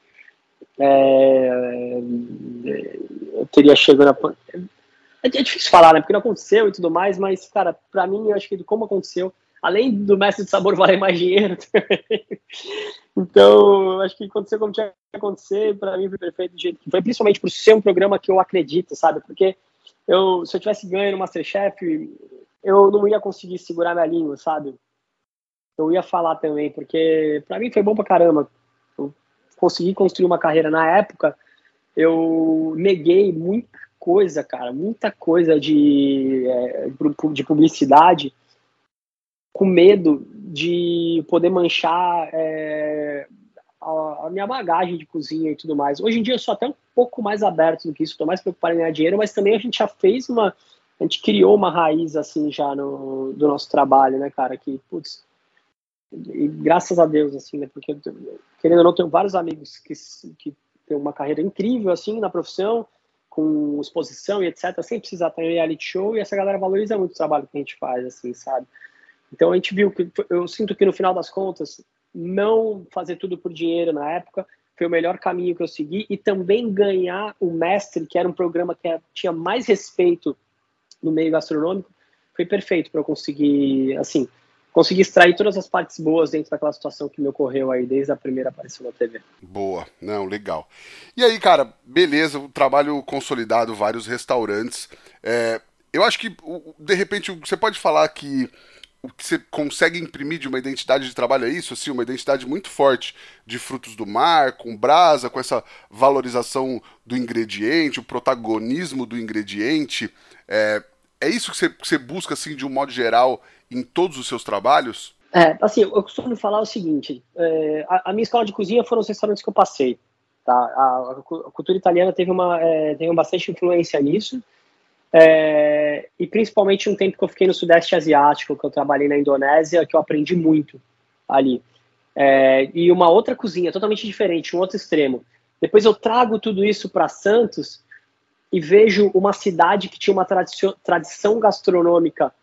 é, eu teria chegado na... É difícil falar, né, porque não aconteceu e tudo mais, mas, cara, pra mim, eu acho que como aconteceu, além do Mestre de Sabor valer mais dinheiro também, então, acho que aconteceu como tinha que acontecer, pra mim foi perfeito do jeito que foi, principalmente por ser um programa que eu acredito, sabe, porque eu, se eu tivesse ganho no MasterChef, eu não ia conseguir segurar minha língua, sabe? Eu ia falar também, porque pra mim foi bom pra caramba. Eu consegui construir uma carreira na época, eu neguei muita coisa, cara, muita coisa de, de publicidade, com medo de poder manchar é, a, a minha bagagem de cozinha e tudo mais. Hoje em dia eu sou até um pouco mais aberto do que isso, estou mais preocupado em ganhar dinheiro, mas também a gente já fez uma... A gente criou uma raiz, assim, já no, do nosso trabalho, né, cara, que, putz, e graças a Deus, assim, né, porque, querendo ou não, tenho vários amigos que, que têm uma carreira incrível, assim, na profissão, com exposição e etcétera, sem precisar ter reality show, e essa galera valoriza muito o trabalho que a gente faz, assim, sabe? Então, a gente viu que, eu sinto que, no final das contas, não fazer tudo por dinheiro na época foi o melhor caminho que eu segui, e também ganhar o Mestre, que era um programa que tinha mais respeito no meio gastronômico, foi perfeito para eu conseguir, assim, conseguir extrair todas as partes boas dentro daquela situação que me ocorreu aí desde a primeira aparição na T V. Boa, não, legal. E aí, cara, beleza, o trabalho consolidado, vários restaurantes. É, eu acho que, de repente, você pode falar que o que você consegue imprimir de uma identidade de trabalho é isso, assim, uma identidade muito forte de frutos do mar, com brasa, com essa valorização do ingrediente, o protagonismo do ingrediente. É, é isso que você, que você busca, assim, de um modo geral, em todos os seus trabalhos? É, assim, eu costumo falar o seguinte, é, a, a minha escola de cozinha foram os restaurantes que eu passei, tá? A, a cultura italiana teve, uma, é, teve bastante influência nisso, é, e principalmente um tempo que eu fiquei no Sudeste Asiático, que eu trabalhei na Indonésia, que eu aprendi muito ali. É, e uma outra cozinha totalmente diferente, um outro extremo. Depois eu trago tudo isso para Santos e vejo uma cidade que tinha uma tradição, tradição gastronômica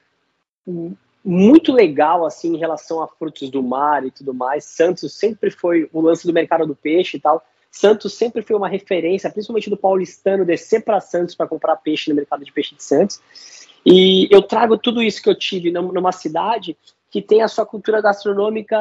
muito legal, assim, em relação a frutos do mar e tudo mais. Santos sempre foi o lance do mercado do peixe e tal. Santos sempre foi uma referência, principalmente do paulistano, descer para Santos para comprar peixe no mercado de peixe de Santos. E eu trago tudo isso que eu tive numa cidade que tem a sua cultura gastronômica,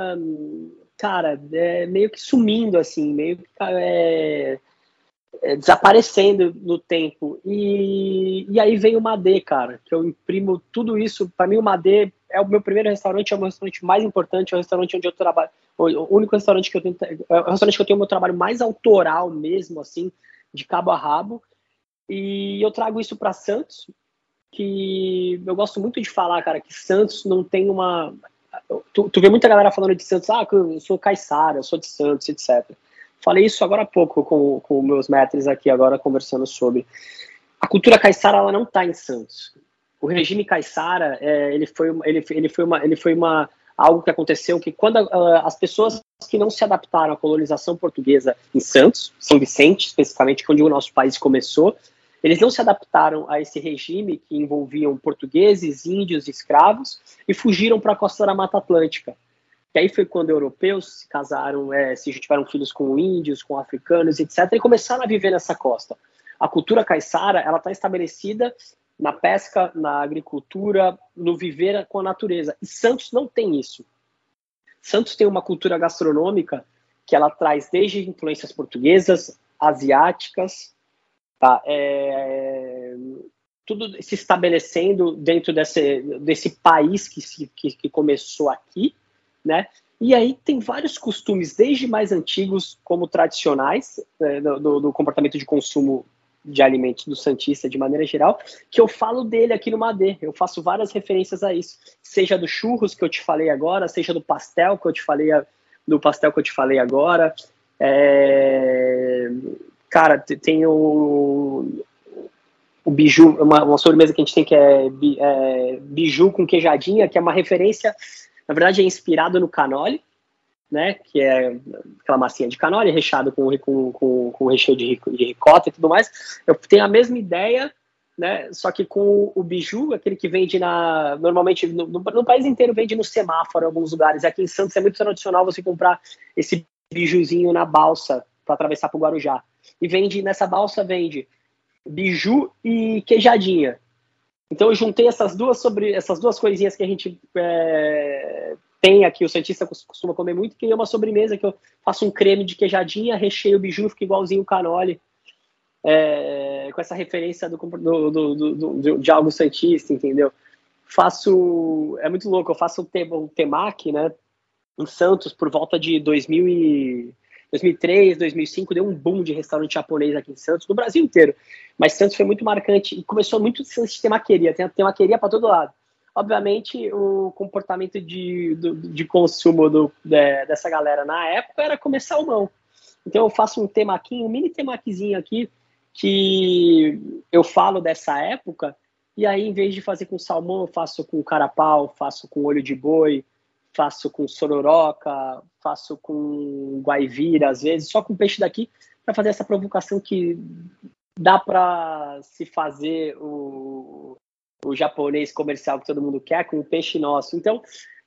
cara, é, meio que sumindo, assim, meio que é, é, desaparecendo no tempo. E, e aí vem o Madê, cara, que eu imprimo tudo isso. Para mim, o Madê é o meu primeiro restaurante, é o meu restaurante mais importante, é o restaurante onde eu trabalho, o único restaurante que eu tenho, é o restaurante que eu tenho o meu trabalho mais autoral mesmo, assim, de cabo a rabo. E eu trago isso para Santos, que eu gosto muito de falar, cara, que Santos não tem uma... Tu, tu vê muita galera falando de Santos, ah, eu sou caiçara, eu sou de Santos, etcétera. Falei isso agora há pouco com, com meus mestres aqui, agora conversando sobre. A cultura caiçara, ela não está em Santos. O regime caiçara, é, ele foi, ele, ele foi, uma, ele foi uma, algo que aconteceu que quando uh, as pessoas que não se adaptaram à colonização portuguesa em Santos, São Vicente, especificamente, onde o nosso país começou, eles não se adaptaram a esse regime que envolviam portugueses, índios, escravos, e fugiram para a costa da Mata Atlântica. E aí foi quando europeus se casaram, é, se tiveram filhos com índios, com africanos, etcétera, e começaram a viver nessa costa. A cultura caiçara, ela está estabelecida na pesca, na agricultura, no viver com a natureza. E Santos não tem isso. Santos tem uma cultura gastronômica que ela traz desde influências portuguesas, asiáticas, tá? É, tudo se estabelecendo dentro desse, desse país que, se, que, que começou aqui, né? E aí tem vários costumes, desde mais antigos como tradicionais, né, do, do comportamento de consumo de alimentos do Santista de maneira geral, que eu falo dele aqui no Madê. Eu faço várias referências a isso, seja do churros que eu te falei agora, seja do pastel que eu te falei, do pastel que eu te falei agora. É... Cara, tem o, o biju, uma, uma sobremesa que a gente tem que é, é biju com queijadinha, que é uma referência, na verdade é inspirado no canole, né, que é aquela massinha de canole recheado com, com, com, com recheio de, de ricota e tudo mais. Eu tenho a mesma ideia, né, só que com o biju, aquele que vende na, normalmente no, no, no país inteiro vende no semáforo em alguns lugares. Aqui em Santos é muito tradicional você comprar esse bijuzinho na balsa para atravessar para o Guarujá. E vende, nessa balsa vende biju e queijadinha. Então eu juntei essas duas, sobre, essas duas coisinhas que a gente é, tem aqui, o Santista costuma comer muito, que é uma sobremesa que eu faço um creme de queijadinha, recheio o biju, fica igualzinho o canole, é, com essa referência do, do, do, do, do, de algo Santista, entendeu? Faço, é muito louco, eu faço um, um temaki, né, em Santos, por volta de dois mil e três, dois mil e cinco, deu um boom de restaurante japonês aqui em Santos, no Brasil inteiro. Mas Santos foi muito marcante e começou muito de temaqueria, tem temaqueria para todo lado. Obviamente, o comportamento de, de, de consumo do, de, dessa galera na época era comer salmão. Então eu faço um temaquinho, um mini temaquizinho aqui, que eu falo dessa época, e aí em vez de fazer com salmão, eu faço com carapau, faço com olho de boi, faço com sororoca, faço com guaivira, às vezes, só com peixe daqui, para fazer essa provocação que dá para se fazer o, o japonês comercial que todo mundo quer, com o peixe nosso. Então,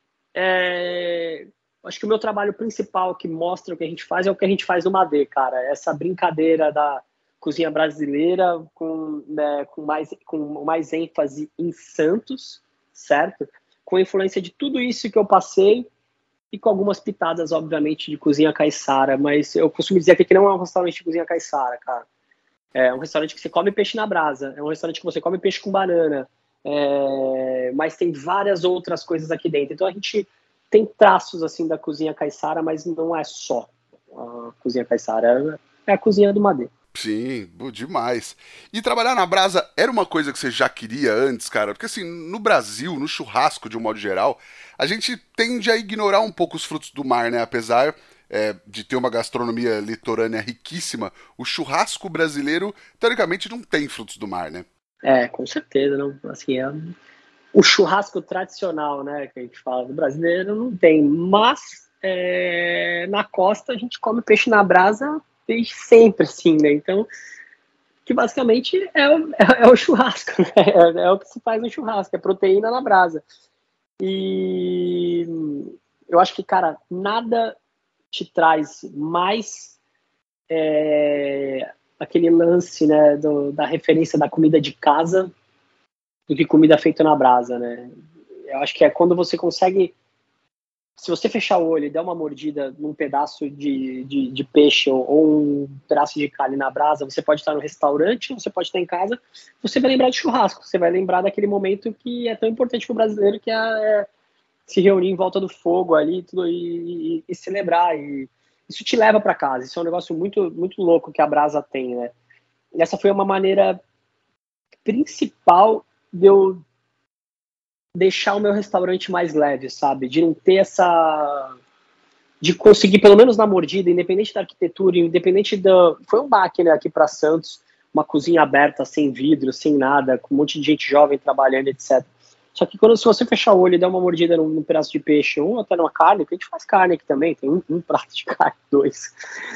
é, acho que o meu trabalho principal que mostra o que a gente faz é o que a gente faz no Madê, cara. Essa brincadeira da cozinha brasileira com, né, com, mais, com mais ênfase em Santos, certo? Com a influência de tudo isso que eu passei e com algumas pitadas, obviamente, de cozinha caiçara, mas eu costumo dizer aqui que não é um restaurante de cozinha caiçara, cara. É um restaurante que você come peixe na brasa, é um restaurante que você come peixe com banana, é... mas tem várias outras coisas aqui dentro. Então a gente tem traços, assim, da cozinha caiçara, mas não é só a cozinha caiçara, é a cozinha do Madê. Sim, pô, demais. E trabalhar na brasa era uma coisa que você já queria antes, cara? Porque assim, no Brasil, no churrasco de um modo geral, a gente tende a ignorar um pouco os frutos do mar, né? Apesar é, de ter uma gastronomia litorânea riquíssima, o churrasco brasileiro, teoricamente, não tem frutos do mar, né? É, com certeza, não. Assim, é o churrasco tradicional, né, que a gente fala do brasileiro, não tem. Mas é, na costa a gente come peixe na brasa desde sempre, assim, né? Então, que basicamente é o, é, é o churrasco, né? É, é o que se faz no churrasco, é proteína na brasa. E eu acho que, cara, nada te traz mais é, aquele lance, né, do, da referência da comida de casa do que comida feita na brasa, né? Eu acho que é quando você consegue, se você fechar o olho e der uma mordida num pedaço de, de, de peixe ou, ou um pedaço de carne na brasa, você pode estar no restaurante, você pode estar em casa, você vai lembrar de churrasco, você vai lembrar daquele momento que é tão importante para o brasileiro, que é, é se reunir em volta do fogo ali tudo, e, e, e celebrar. E isso te leva para casa. Isso é um negócio muito, muito louco que a brasa tem, né? E essa foi uma maneira principal de eu deixar o meu restaurante mais leve, sabe? De não ter essa... de conseguir, pelo menos na mordida, independente da arquitetura, independente da... Foi um baque, né, aqui para Santos, uma cozinha aberta, sem vidro, sem nada, com um monte de gente jovem trabalhando, etcétera. Só que quando, se você fechar o olho e der uma mordida num, num pedaço de peixe, ou até numa carne, que a gente faz carne aqui também, tem um, um prato de carne, dois.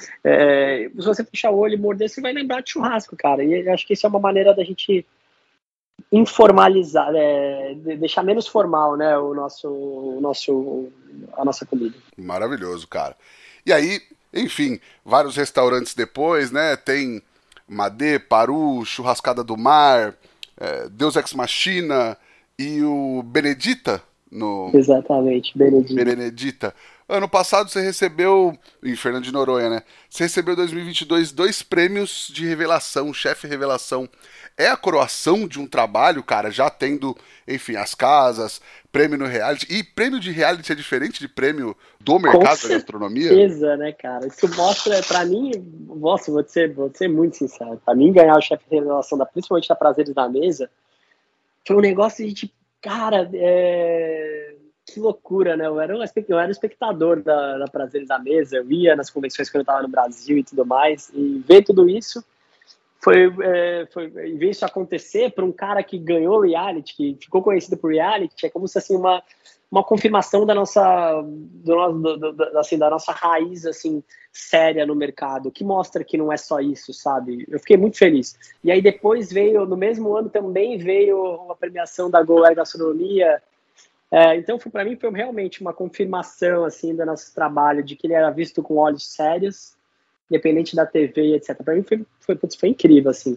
É, se você fechar o olho e morder, você vai lembrar de churrasco, cara. E eu acho que isso é uma maneira da gente informalizar, é, deixar menos formal, né, o nosso, o nosso, a nossa comida. Maravilhoso, cara. E aí, enfim, vários restaurantes depois, né? Tem Madê, Paru, Churrascada do Mar, é, Deus Ex Machina e o Benedita no Exatamente, Benedita. Benedita. Ano passado você recebeu, em Fernando de Noronha, né? Você recebeu em dois mil e vinte e dois dois prêmios de revelação, chefe revelação. É a coroação de um trabalho, cara, já tendo, enfim, as casas, prêmio no reality. E prêmio de reality é diferente de prêmio do mercado da gastronomia? Com certeza, né, cara? Isso mostra, pra mim, nossa, vou ser, vou ser muito sincero, pra mim ganhar o chefe revelação, da, principalmente da Prazeres da Mesa, foi um negócio de tipo, cara, é... que loucura, né? Eu era um, eu era um espectador da, da Prazeres da Mesa, eu ia nas convenções quando eu estava no Brasil e tudo mais, e ver tudo isso, foi, é, foi ver isso acontecer para um cara que ganhou reality, que ficou conhecido por reality, é como se assim, uma, uma confirmação da nossa, do, do, do, assim, da nossa raiz assim, séria no mercado, que mostra que não é só isso, sabe? Eu fiquei muito feliz. E aí depois veio, no mesmo ano também veio a premiação da Go Air Gastronomia. É, então, para mim, foi realmente uma confirmação assim, do nosso trabalho, de que ele era visto com olhos sérios, independente da T V, etcétera. Para mim, foi, foi, foi incrível, assim.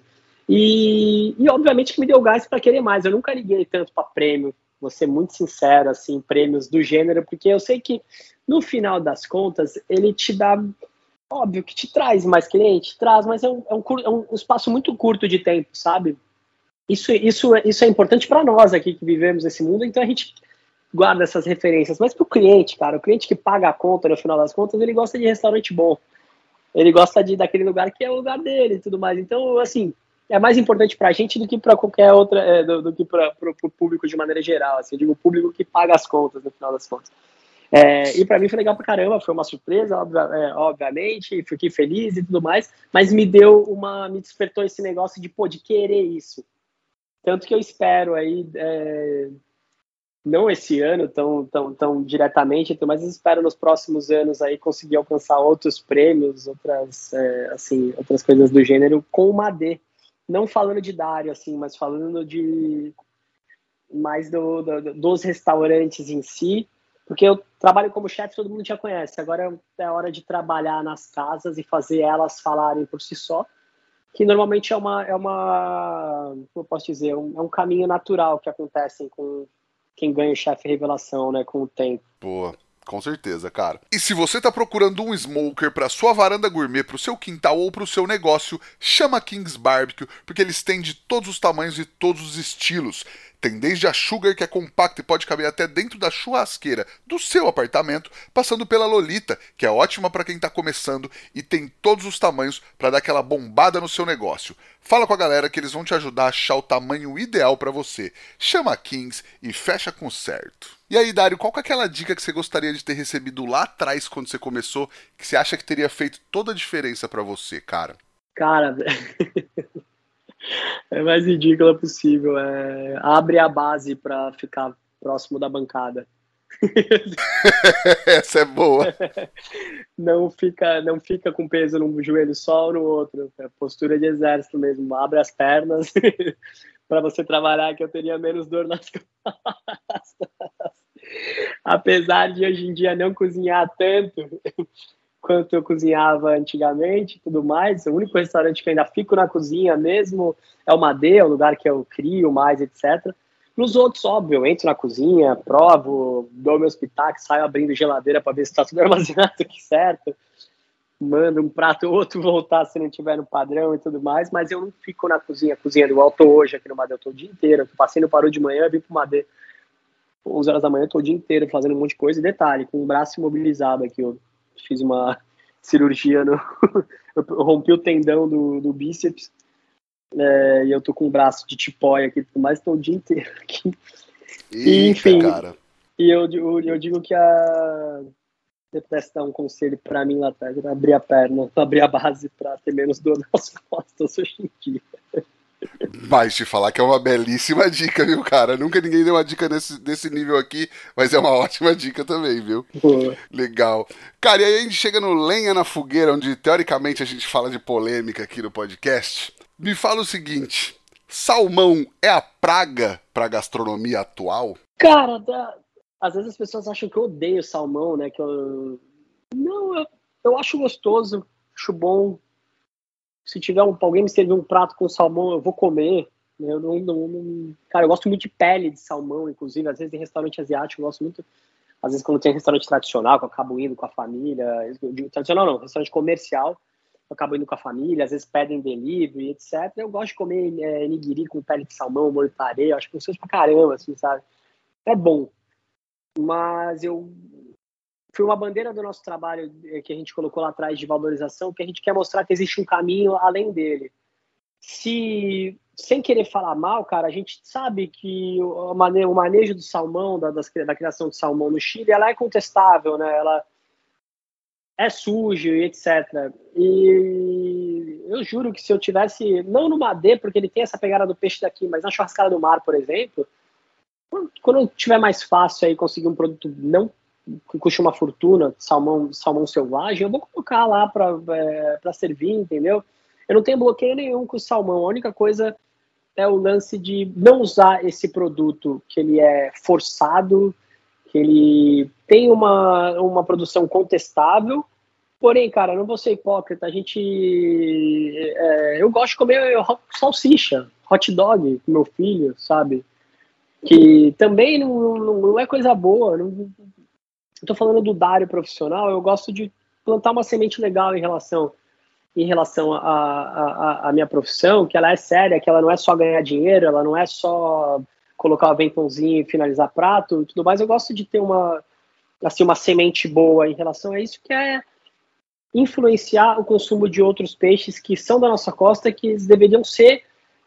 E, e, obviamente, que me deu gás para querer mais. Eu nunca liguei tanto para prêmio, vou ser muito sincero, assim, prêmios do gênero, porque eu sei que, no final das contas, ele te dá... Óbvio que te traz mais cliente, traz, mas é um, é um, é um espaço muito curto de tempo, sabe? Isso, isso, isso é importante para nós aqui que vivemos nesse mundo, então a gente guarda essas referências. Mas para o cliente, cara, o cliente que paga a conta no final das contas, ele gosta de restaurante bom. Ele gosta de, daquele lugar que é o lugar dele e tudo mais. Então, assim, é mais importante para a gente do que para qualquer outra, é, do, do que para o público de maneira geral. Assim, eu digo o público que paga as contas no final das contas. É, e para mim foi legal pra caramba, foi uma surpresa, obvia, é, obviamente, fiquei feliz e tudo mais, mas me deu uma, me despertou esse negócio de, pô, de querer isso. Tanto que eu espero aí, é, não esse ano tão, tão, tão diretamente, mas eu espero nos próximos anos aí conseguir alcançar outros prêmios, outras, é, assim, outras coisas do gênero com uma D. Não falando de Dário, assim, mas falando de mais do, do, dos restaurantes em si, porque eu trabalho como chefe, todo mundo já conhece. Agora é a hora de trabalhar nas casas e fazer elas falarem por si só, que normalmente é uma, é uma como eu posso dizer, um, é um caminho natural que acontece com quem ganha o chefe revelação, né, com o tempo. Boa. Com certeza, cara. E se você tá procurando um smoker pra sua varanda gourmet, pro seu quintal ou pro seu negócio, chama Kings Barbecue, porque eles têm de todos os tamanhos e todos os estilos. Tem desde a Sugar, que é compacta e pode caber até dentro da churrasqueira do seu apartamento, passando pela Lolita, que é ótima para quem está começando e tem todos os tamanhos para dar aquela bombada no seu negócio. Fala com a galera que eles vão te ajudar a achar o tamanho ideal para você. Chama a Kings e fecha com certo. E aí, Dário, qual que é aquela dica que você gostaria de ter recebido lá atrás quando você começou, que você acha que teria feito toda a diferença para você, cara? Cara, é mais ridícula possível. É... Abre a base para ficar próximo da bancada. Essa é boa. Não fica, não fica com peso num joelho só ou no outro. É postura de exército mesmo. Abre as pernas para você trabalhar, que eu teria menos dor nas costas. Apesar de hoje em dia não cozinhar tanto quanto eu cozinhava antigamente e tudo mais, o único restaurante que eu ainda fico na cozinha mesmo é o Madê, é o lugar que eu crio mais, etcétera. Nos outros, óbvio, eu entro na cozinha, provo, dou meus pitacos, saio abrindo geladeira para ver se está tudo armazenado aqui certo, mando um prato ou outro voltar se não tiver no padrão e tudo mais, mas eu não fico na cozinha, cozinhando igual eu tô hoje aqui no Madê, eu tô o dia inteiro, eu passei no Paru de manhã, vim pro Madê onze horas da manhã, eu tô o dia inteiro fazendo um monte de coisa, e detalhe, com o braço imobilizado aqui, eu fiz uma cirurgia, no eu rompi o tendão do, do bíceps, é, e eu tô com o braço de tipóia aqui, mas tô o dia inteiro aqui. Eita, e, enfim, cara. E eu, eu, eu digo que a... se eu pudesse dar um conselho pra mim lá atrás, era abrir a perna, abrir a base pra ter menos dor nas costas hoje em dia. Mas te falar que é uma belíssima dica, viu, cara? Nunca ninguém deu uma dica desse, desse nível aqui, mas é uma ótima dica também, viu? Pô. Legal. Cara, e aí a gente chega no Lenha na Fogueira, onde teoricamente a gente fala de polêmica aqui no podcast. Me fala o seguinte, salmão é a praga pra gastronomia atual? Cara, dá... às vezes as pessoas acham que eu odeio salmão, né? Que eu... Não, eu, eu acho gostoso, acho bom. Se tiver um, alguém me servir um prato com salmão, eu vou comer. Eu não, não, não... Cara, eu gosto muito de pele de salmão, inclusive. Às vezes em restaurante asiático, eu gosto muito. Às vezes quando tem restaurante tradicional, que eu acabo indo com a família. Tradicional não, restaurante comercial, eu acabo indo com a família. Às vezes pedem delivery, etcétera. Eu gosto de comer é, nigiri com pele de salmão, molho tarê. Eu acho que gostoso pra caramba, assim, sabe? É bom. Mas eu... Foi uma bandeira do nosso trabalho que a gente colocou lá atrás de valorização, que a gente quer mostrar que existe um caminho além dele. Se, sem querer falar mal, cara, a gente sabe que o, o manejo do salmão, da, das, da criação de salmão no Chile, ela é contestável, né? Ela é suja e etcétera. E eu juro que se eu tivesse, não no Madê, porque ele tem essa pegada do peixe daqui, mas na churrascada do mar, por exemplo, quando eu tiver mais fácil aí conseguir um produto não que custa uma fortuna, salmão, salmão selvagem, eu vou colocar lá para é, para servir, entendeu? Eu não tenho bloqueio nenhum com o salmão. A única coisa é o lance de não usar esse produto que ele é forçado, que ele tem uma, uma produção contestável. Porém, cara, eu não vou ser hipócrita. A gente, é, eu gosto de comer salsicha, hot dog com meu filho, sabe? Que também não, não, não é coisa boa. Não, eu tô falando do Dário profissional, eu gosto de plantar uma semente legal em relação em relação à minha profissão, que ela é séria, que ela não é só ganhar dinheiro, ela não é só colocar o aventalzinho e finalizar prato e tudo mais. Eu gosto de ter uma, assim, uma semente boa em relação a isso, que é influenciar o consumo de outros peixes que são da nossa costa, que eles deveriam ser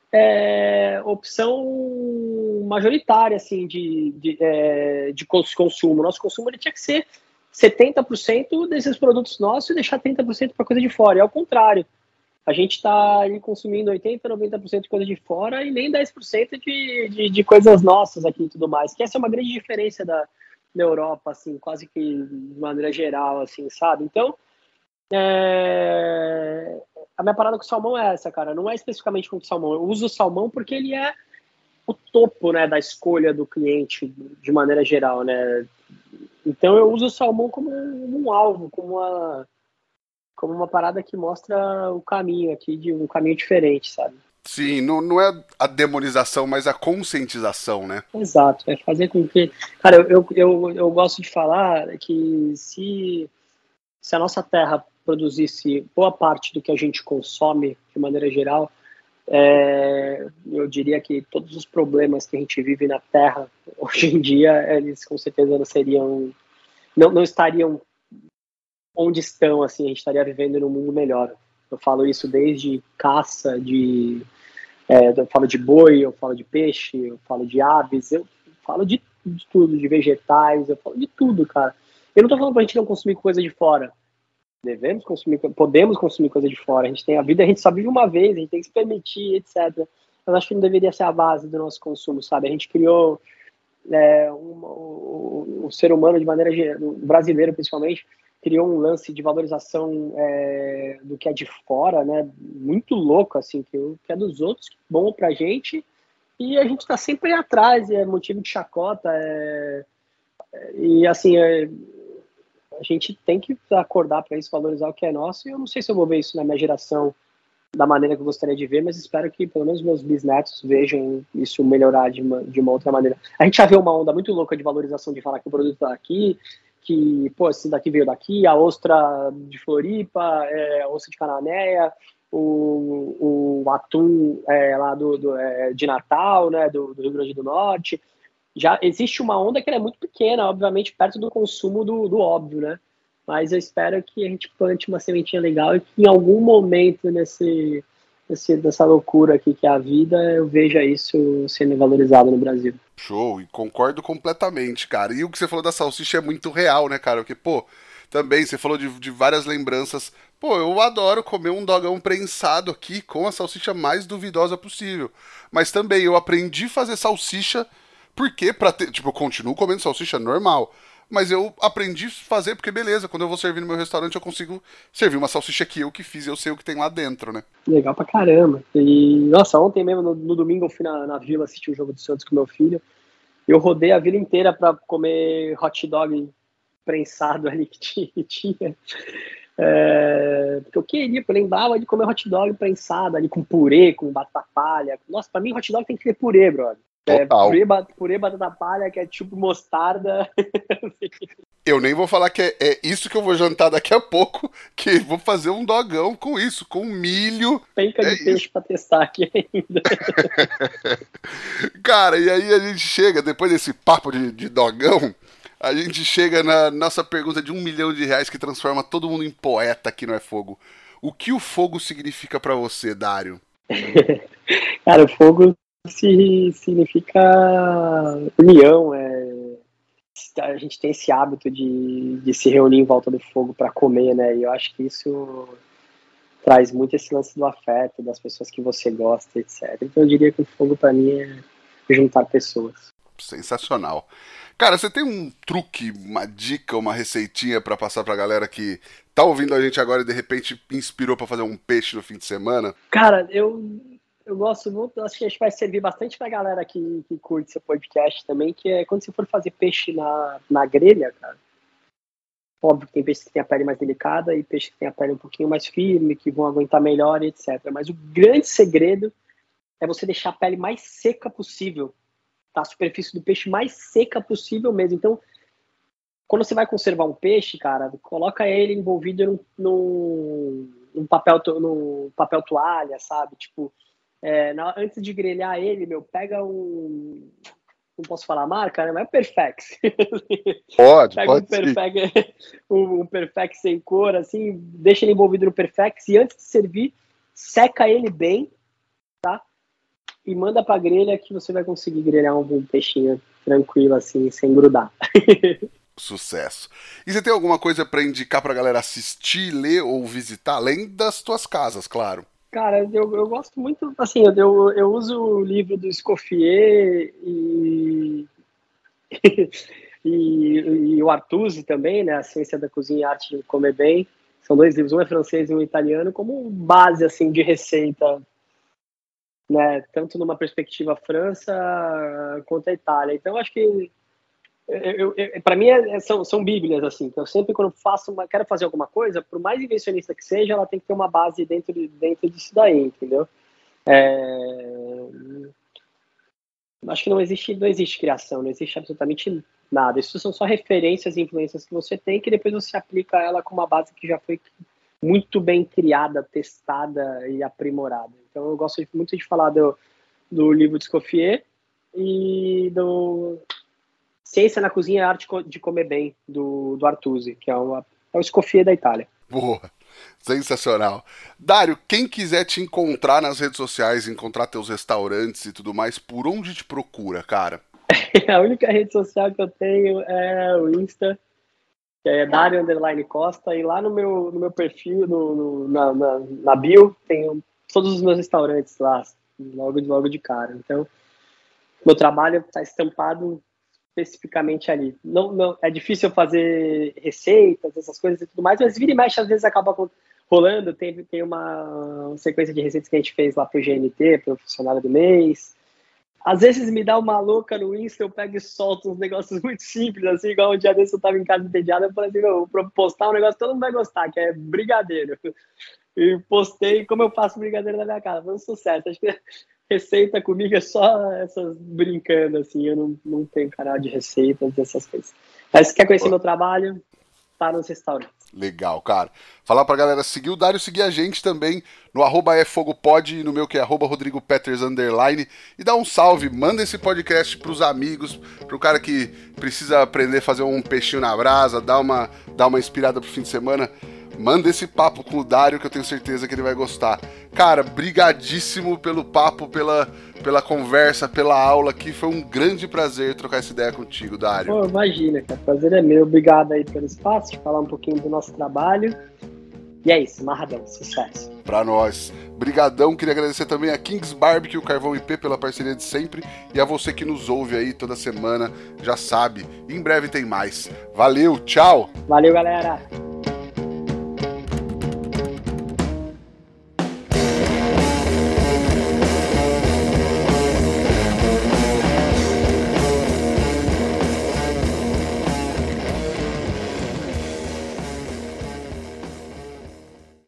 é, opção majoritária assim, de, de, é, de consumo. Nosso consumo ele tinha que ser setenta por cento desses produtos nossos e deixar trinta por cento para coisa de fora. E ao contrário, a gente está consumindo oitenta por cento, noventa por cento de coisa de fora e nem dez por cento de, de, de coisas nossas aqui e tudo mais. Que essa é uma grande diferença da, da Europa, assim, quase que de maneira geral, assim, sabe? Então, é... a minha parada com o salmão é essa, cara. Não é especificamente com o salmão. Eu uso o salmão porque ele é o topo, né, da escolha do cliente de maneira geral, né? Então eu uso o salmão como um, um alvo, como uma, como uma parada que mostra o caminho aqui, de um caminho diferente, sabe? Sim, não, não é a demonização, mas a conscientização, né? Exato, é fazer com que... Cara, eu, eu, eu, eu gosto de falar que se, se a nossa terra produzisse boa parte do que a gente consome, de maneira geral, é, eu diria que todos os problemas que a gente vive na Terra hoje em dia, eles com certeza não seriam, não, não estariam onde estão, assim, a gente estaria vivendo num mundo melhor. Eu falo isso desde caça, de, é, eu falo de boi, eu falo de peixe, eu falo de aves, eu falo de, de tudo, de vegetais, eu falo de tudo, cara. Eu não tô falando pra gente não consumir coisa de fora. Devemos consumir, podemos consumir coisa de fora. A gente tem a vida, a gente só vive uma vez, a gente tem que se permitir, etcétera. Mas acho que não deveria ser a base do nosso consumo, sabe? A gente criou é, um, o, o ser humano de maneira geral, o brasileiro principalmente, criou um lance de valorização é, do que é de fora, né? Muito louco, assim, que o que é dos outros, bom pra gente, e a gente tá sempre atrás, e é motivo de chacota, é, é, e assim, é, a gente tem que acordar para isso, valorizar o que é nosso, e eu não sei se eu vou ver isso na minha geração da maneira que eu gostaria de ver, mas espero que pelo menos meus bisnetos vejam isso melhorar de uma, de uma outra maneira. A gente já vê uma onda muito louca de valorização, de falar que o produto está aqui, que, pô, esse daqui veio daqui, a ostra de Floripa, é, a ostra de Cananéia, o, o atum é, lá do, do é, de Natal, né, do, do Rio Grande do Norte. Já existe uma onda que é muito pequena, obviamente, perto do consumo do, do óbvio, né? Mas eu espero que a gente plante uma sementinha legal e que em algum momento nesse, nesse, nessa loucura aqui que é a vida, eu veja isso sendo valorizado no Brasil. Show, e concordo completamente, cara. E o que você falou da salsicha é muito real, né, cara? Porque, pô, também você falou de, de várias lembranças. Pô, eu adoro comer um dogão prensado aqui com a salsicha mais duvidosa possível. Mas também eu aprendi a fazer salsicha porque, pra ter. Tipo, eu continuo comendo salsicha normal. Mas eu aprendi a fazer porque, beleza, quando eu vou servir no meu restaurante, eu consigo servir uma salsicha que eu que fiz e eu sei o que tem lá dentro, né? Legal pra caramba. E, nossa, ontem mesmo, no, no domingo, eu fui na, na vila assistir o jogo do Santos com meu filho. Eu rodei a vila inteira pra comer hot dog prensado ali que tinha. É, porque eu queria, eu lembrava de comer hot dog prensado ali com purê, com batata palha. Nossa, pra mim hot dog tem que ter purê, brother. É, purê, purê, batata palha, ketchup, mostarda. Eu nem vou falar que é, é isso que eu vou jantar daqui a pouco, que vou fazer um dogão com isso, com milho. Penca de é peixe isso. Pra testar aqui ainda. Cara, e aí a gente chega, depois desse papo de, de dogão, a gente chega na nossa pergunta de um milhão de reais que transforma todo mundo em poeta aqui no É Fogo. O que o fogo significa pra você, Dário? Cara, o fogo se, significa união, é, a gente tem esse hábito de, de se reunir em volta do fogo para comer, né? E eu acho que isso traz muito esse lance do afeto, das pessoas que você gosta, etcétera. Então eu diria que o fogo para mim é juntar pessoas. Sensacional. Cara, você tem um truque, uma dica, uma receitinha para passar pra galera que tá ouvindo a gente agora e de repente inspirou para fazer um peixe no fim de semana? Cara, eu Eu gosto muito, acho que a gente vai servir bastante pra galera que, que curte seu podcast também, que é quando você for fazer peixe na, na grelha, cara. Óbvio que tem peixe que tem a pele mais delicada e peixe que tem a pele um pouquinho mais firme, que vão aguentar melhor, etcétera. Mas o grande segredo é você deixar a pele mais seca possível, tá? A superfície do peixe mais seca possível mesmo. Então, quando você vai conservar um peixe, cara, coloca ele envolvido num, num, num, papel, num papel toalha, sabe? Tipo, É, na, antes de grelhar ele, meu, pega um. Não posso falar a marca, né? Mas é um Perfex. Pode, pega pode um Perfex, um, um Perfex sem cor, assim, deixa ele envolvido no Perfex e antes de servir, seca ele bem, tá? E manda pra grelha que você vai conseguir grelhar um, um peixinho tranquilo, assim, sem grudar. Sucesso. E você tem alguma coisa pra indicar pra galera assistir, ler ou visitar, além das tuas casas, claro? Cara, eu, eu gosto muito, assim, eu, eu uso o livro do Escoffier e, e, e o Artusi também, né, A Ciência da Cozinha e a Arte de Comer Bem. São dois livros, um é francês e um italiano, como base, assim, de receita, né, tanto numa perspectiva França quanto a Itália. Então, acho que Eu, eu, para mim é, são, são bíblias, assim, que eu sempre quando faço uma, quero fazer alguma coisa, por mais invencionista que seja, ela tem que ter uma base dentro, de, dentro disso daí, entendeu? É, acho que não existe, não existe criação, não existe absolutamente nada. Isso são só referências e influências que você tem, que depois você aplica ela com uma base que já foi muito bem criada, testada e aprimorada. Então eu gosto muito de falar do, do livro de Escoffier e do Ciência na Cozinha e Arte de Comer Bem, do, do Artusi, que é, uma, é o Escoffier da Itália. Boa, sensacional. Dário, quem quiser te encontrar nas redes sociais, encontrar teus restaurantes e tudo mais, por onde te procura, cara? A única rede social que eu tenho é o Insta, que é Dário Underline Costa, e lá no meu, no meu perfil, no, no, na, na, na bio, tem todos os meus restaurantes lá, logo, logo de cara. Então, meu trabalho está estampado especificamente ali. Não, não, é difícil eu fazer receitas, essas coisas e tudo mais, mas vira e mexe, às vezes acaba rolando. Tem, tem uma sequência de receitas que a gente fez lá pro G N T, pro Funcionário do Mês. Às vezes me dá uma louca no Insta, eu pego e solto uns negócios muito simples, assim, igual um dia desse eu tava em casa entediado, eu falei assim, eu vou postar um negócio que todo mundo vai gostar, que é brigadeiro. E postei como eu faço brigadeiro na minha casa. Foi um sucesso. Acho que receita comigo é só essas brincando, assim, eu não, não tenho canal de receitas, essas coisas. Mas se quer conhecer Pô. meu trabalho, tá nos restaurantes. Legal, cara. Falar pra galera seguir o Dário, seguir a gente também no arroba efogopod e no meu que é arroba Rodrigo Peters underline. E dá um salve, manda esse podcast pros amigos, pro cara que precisa aprender a fazer um peixinho na brasa, dar uma, dar uma inspirada pro fim de semana. Manda esse papo com o Dário que eu tenho certeza que ele vai gostar. Cara, brigadíssimo pelo papo, pela, pela conversa, pela aula aqui. Foi um grande prazer trocar essa ideia contigo, Dário. Pô, imagina, cara. O prazer é meu. Obrigado aí pelo espaço, de falar um pouquinho do nosso trabalho. E é isso, marradão, sucesso. Pra nós. Brigadão, queria agradecer também a Kings Barbecue, o Carvão I P, pela parceria de sempre. E a você que nos ouve aí toda semana, já sabe. Em breve tem mais. Valeu, tchau! Valeu, galera!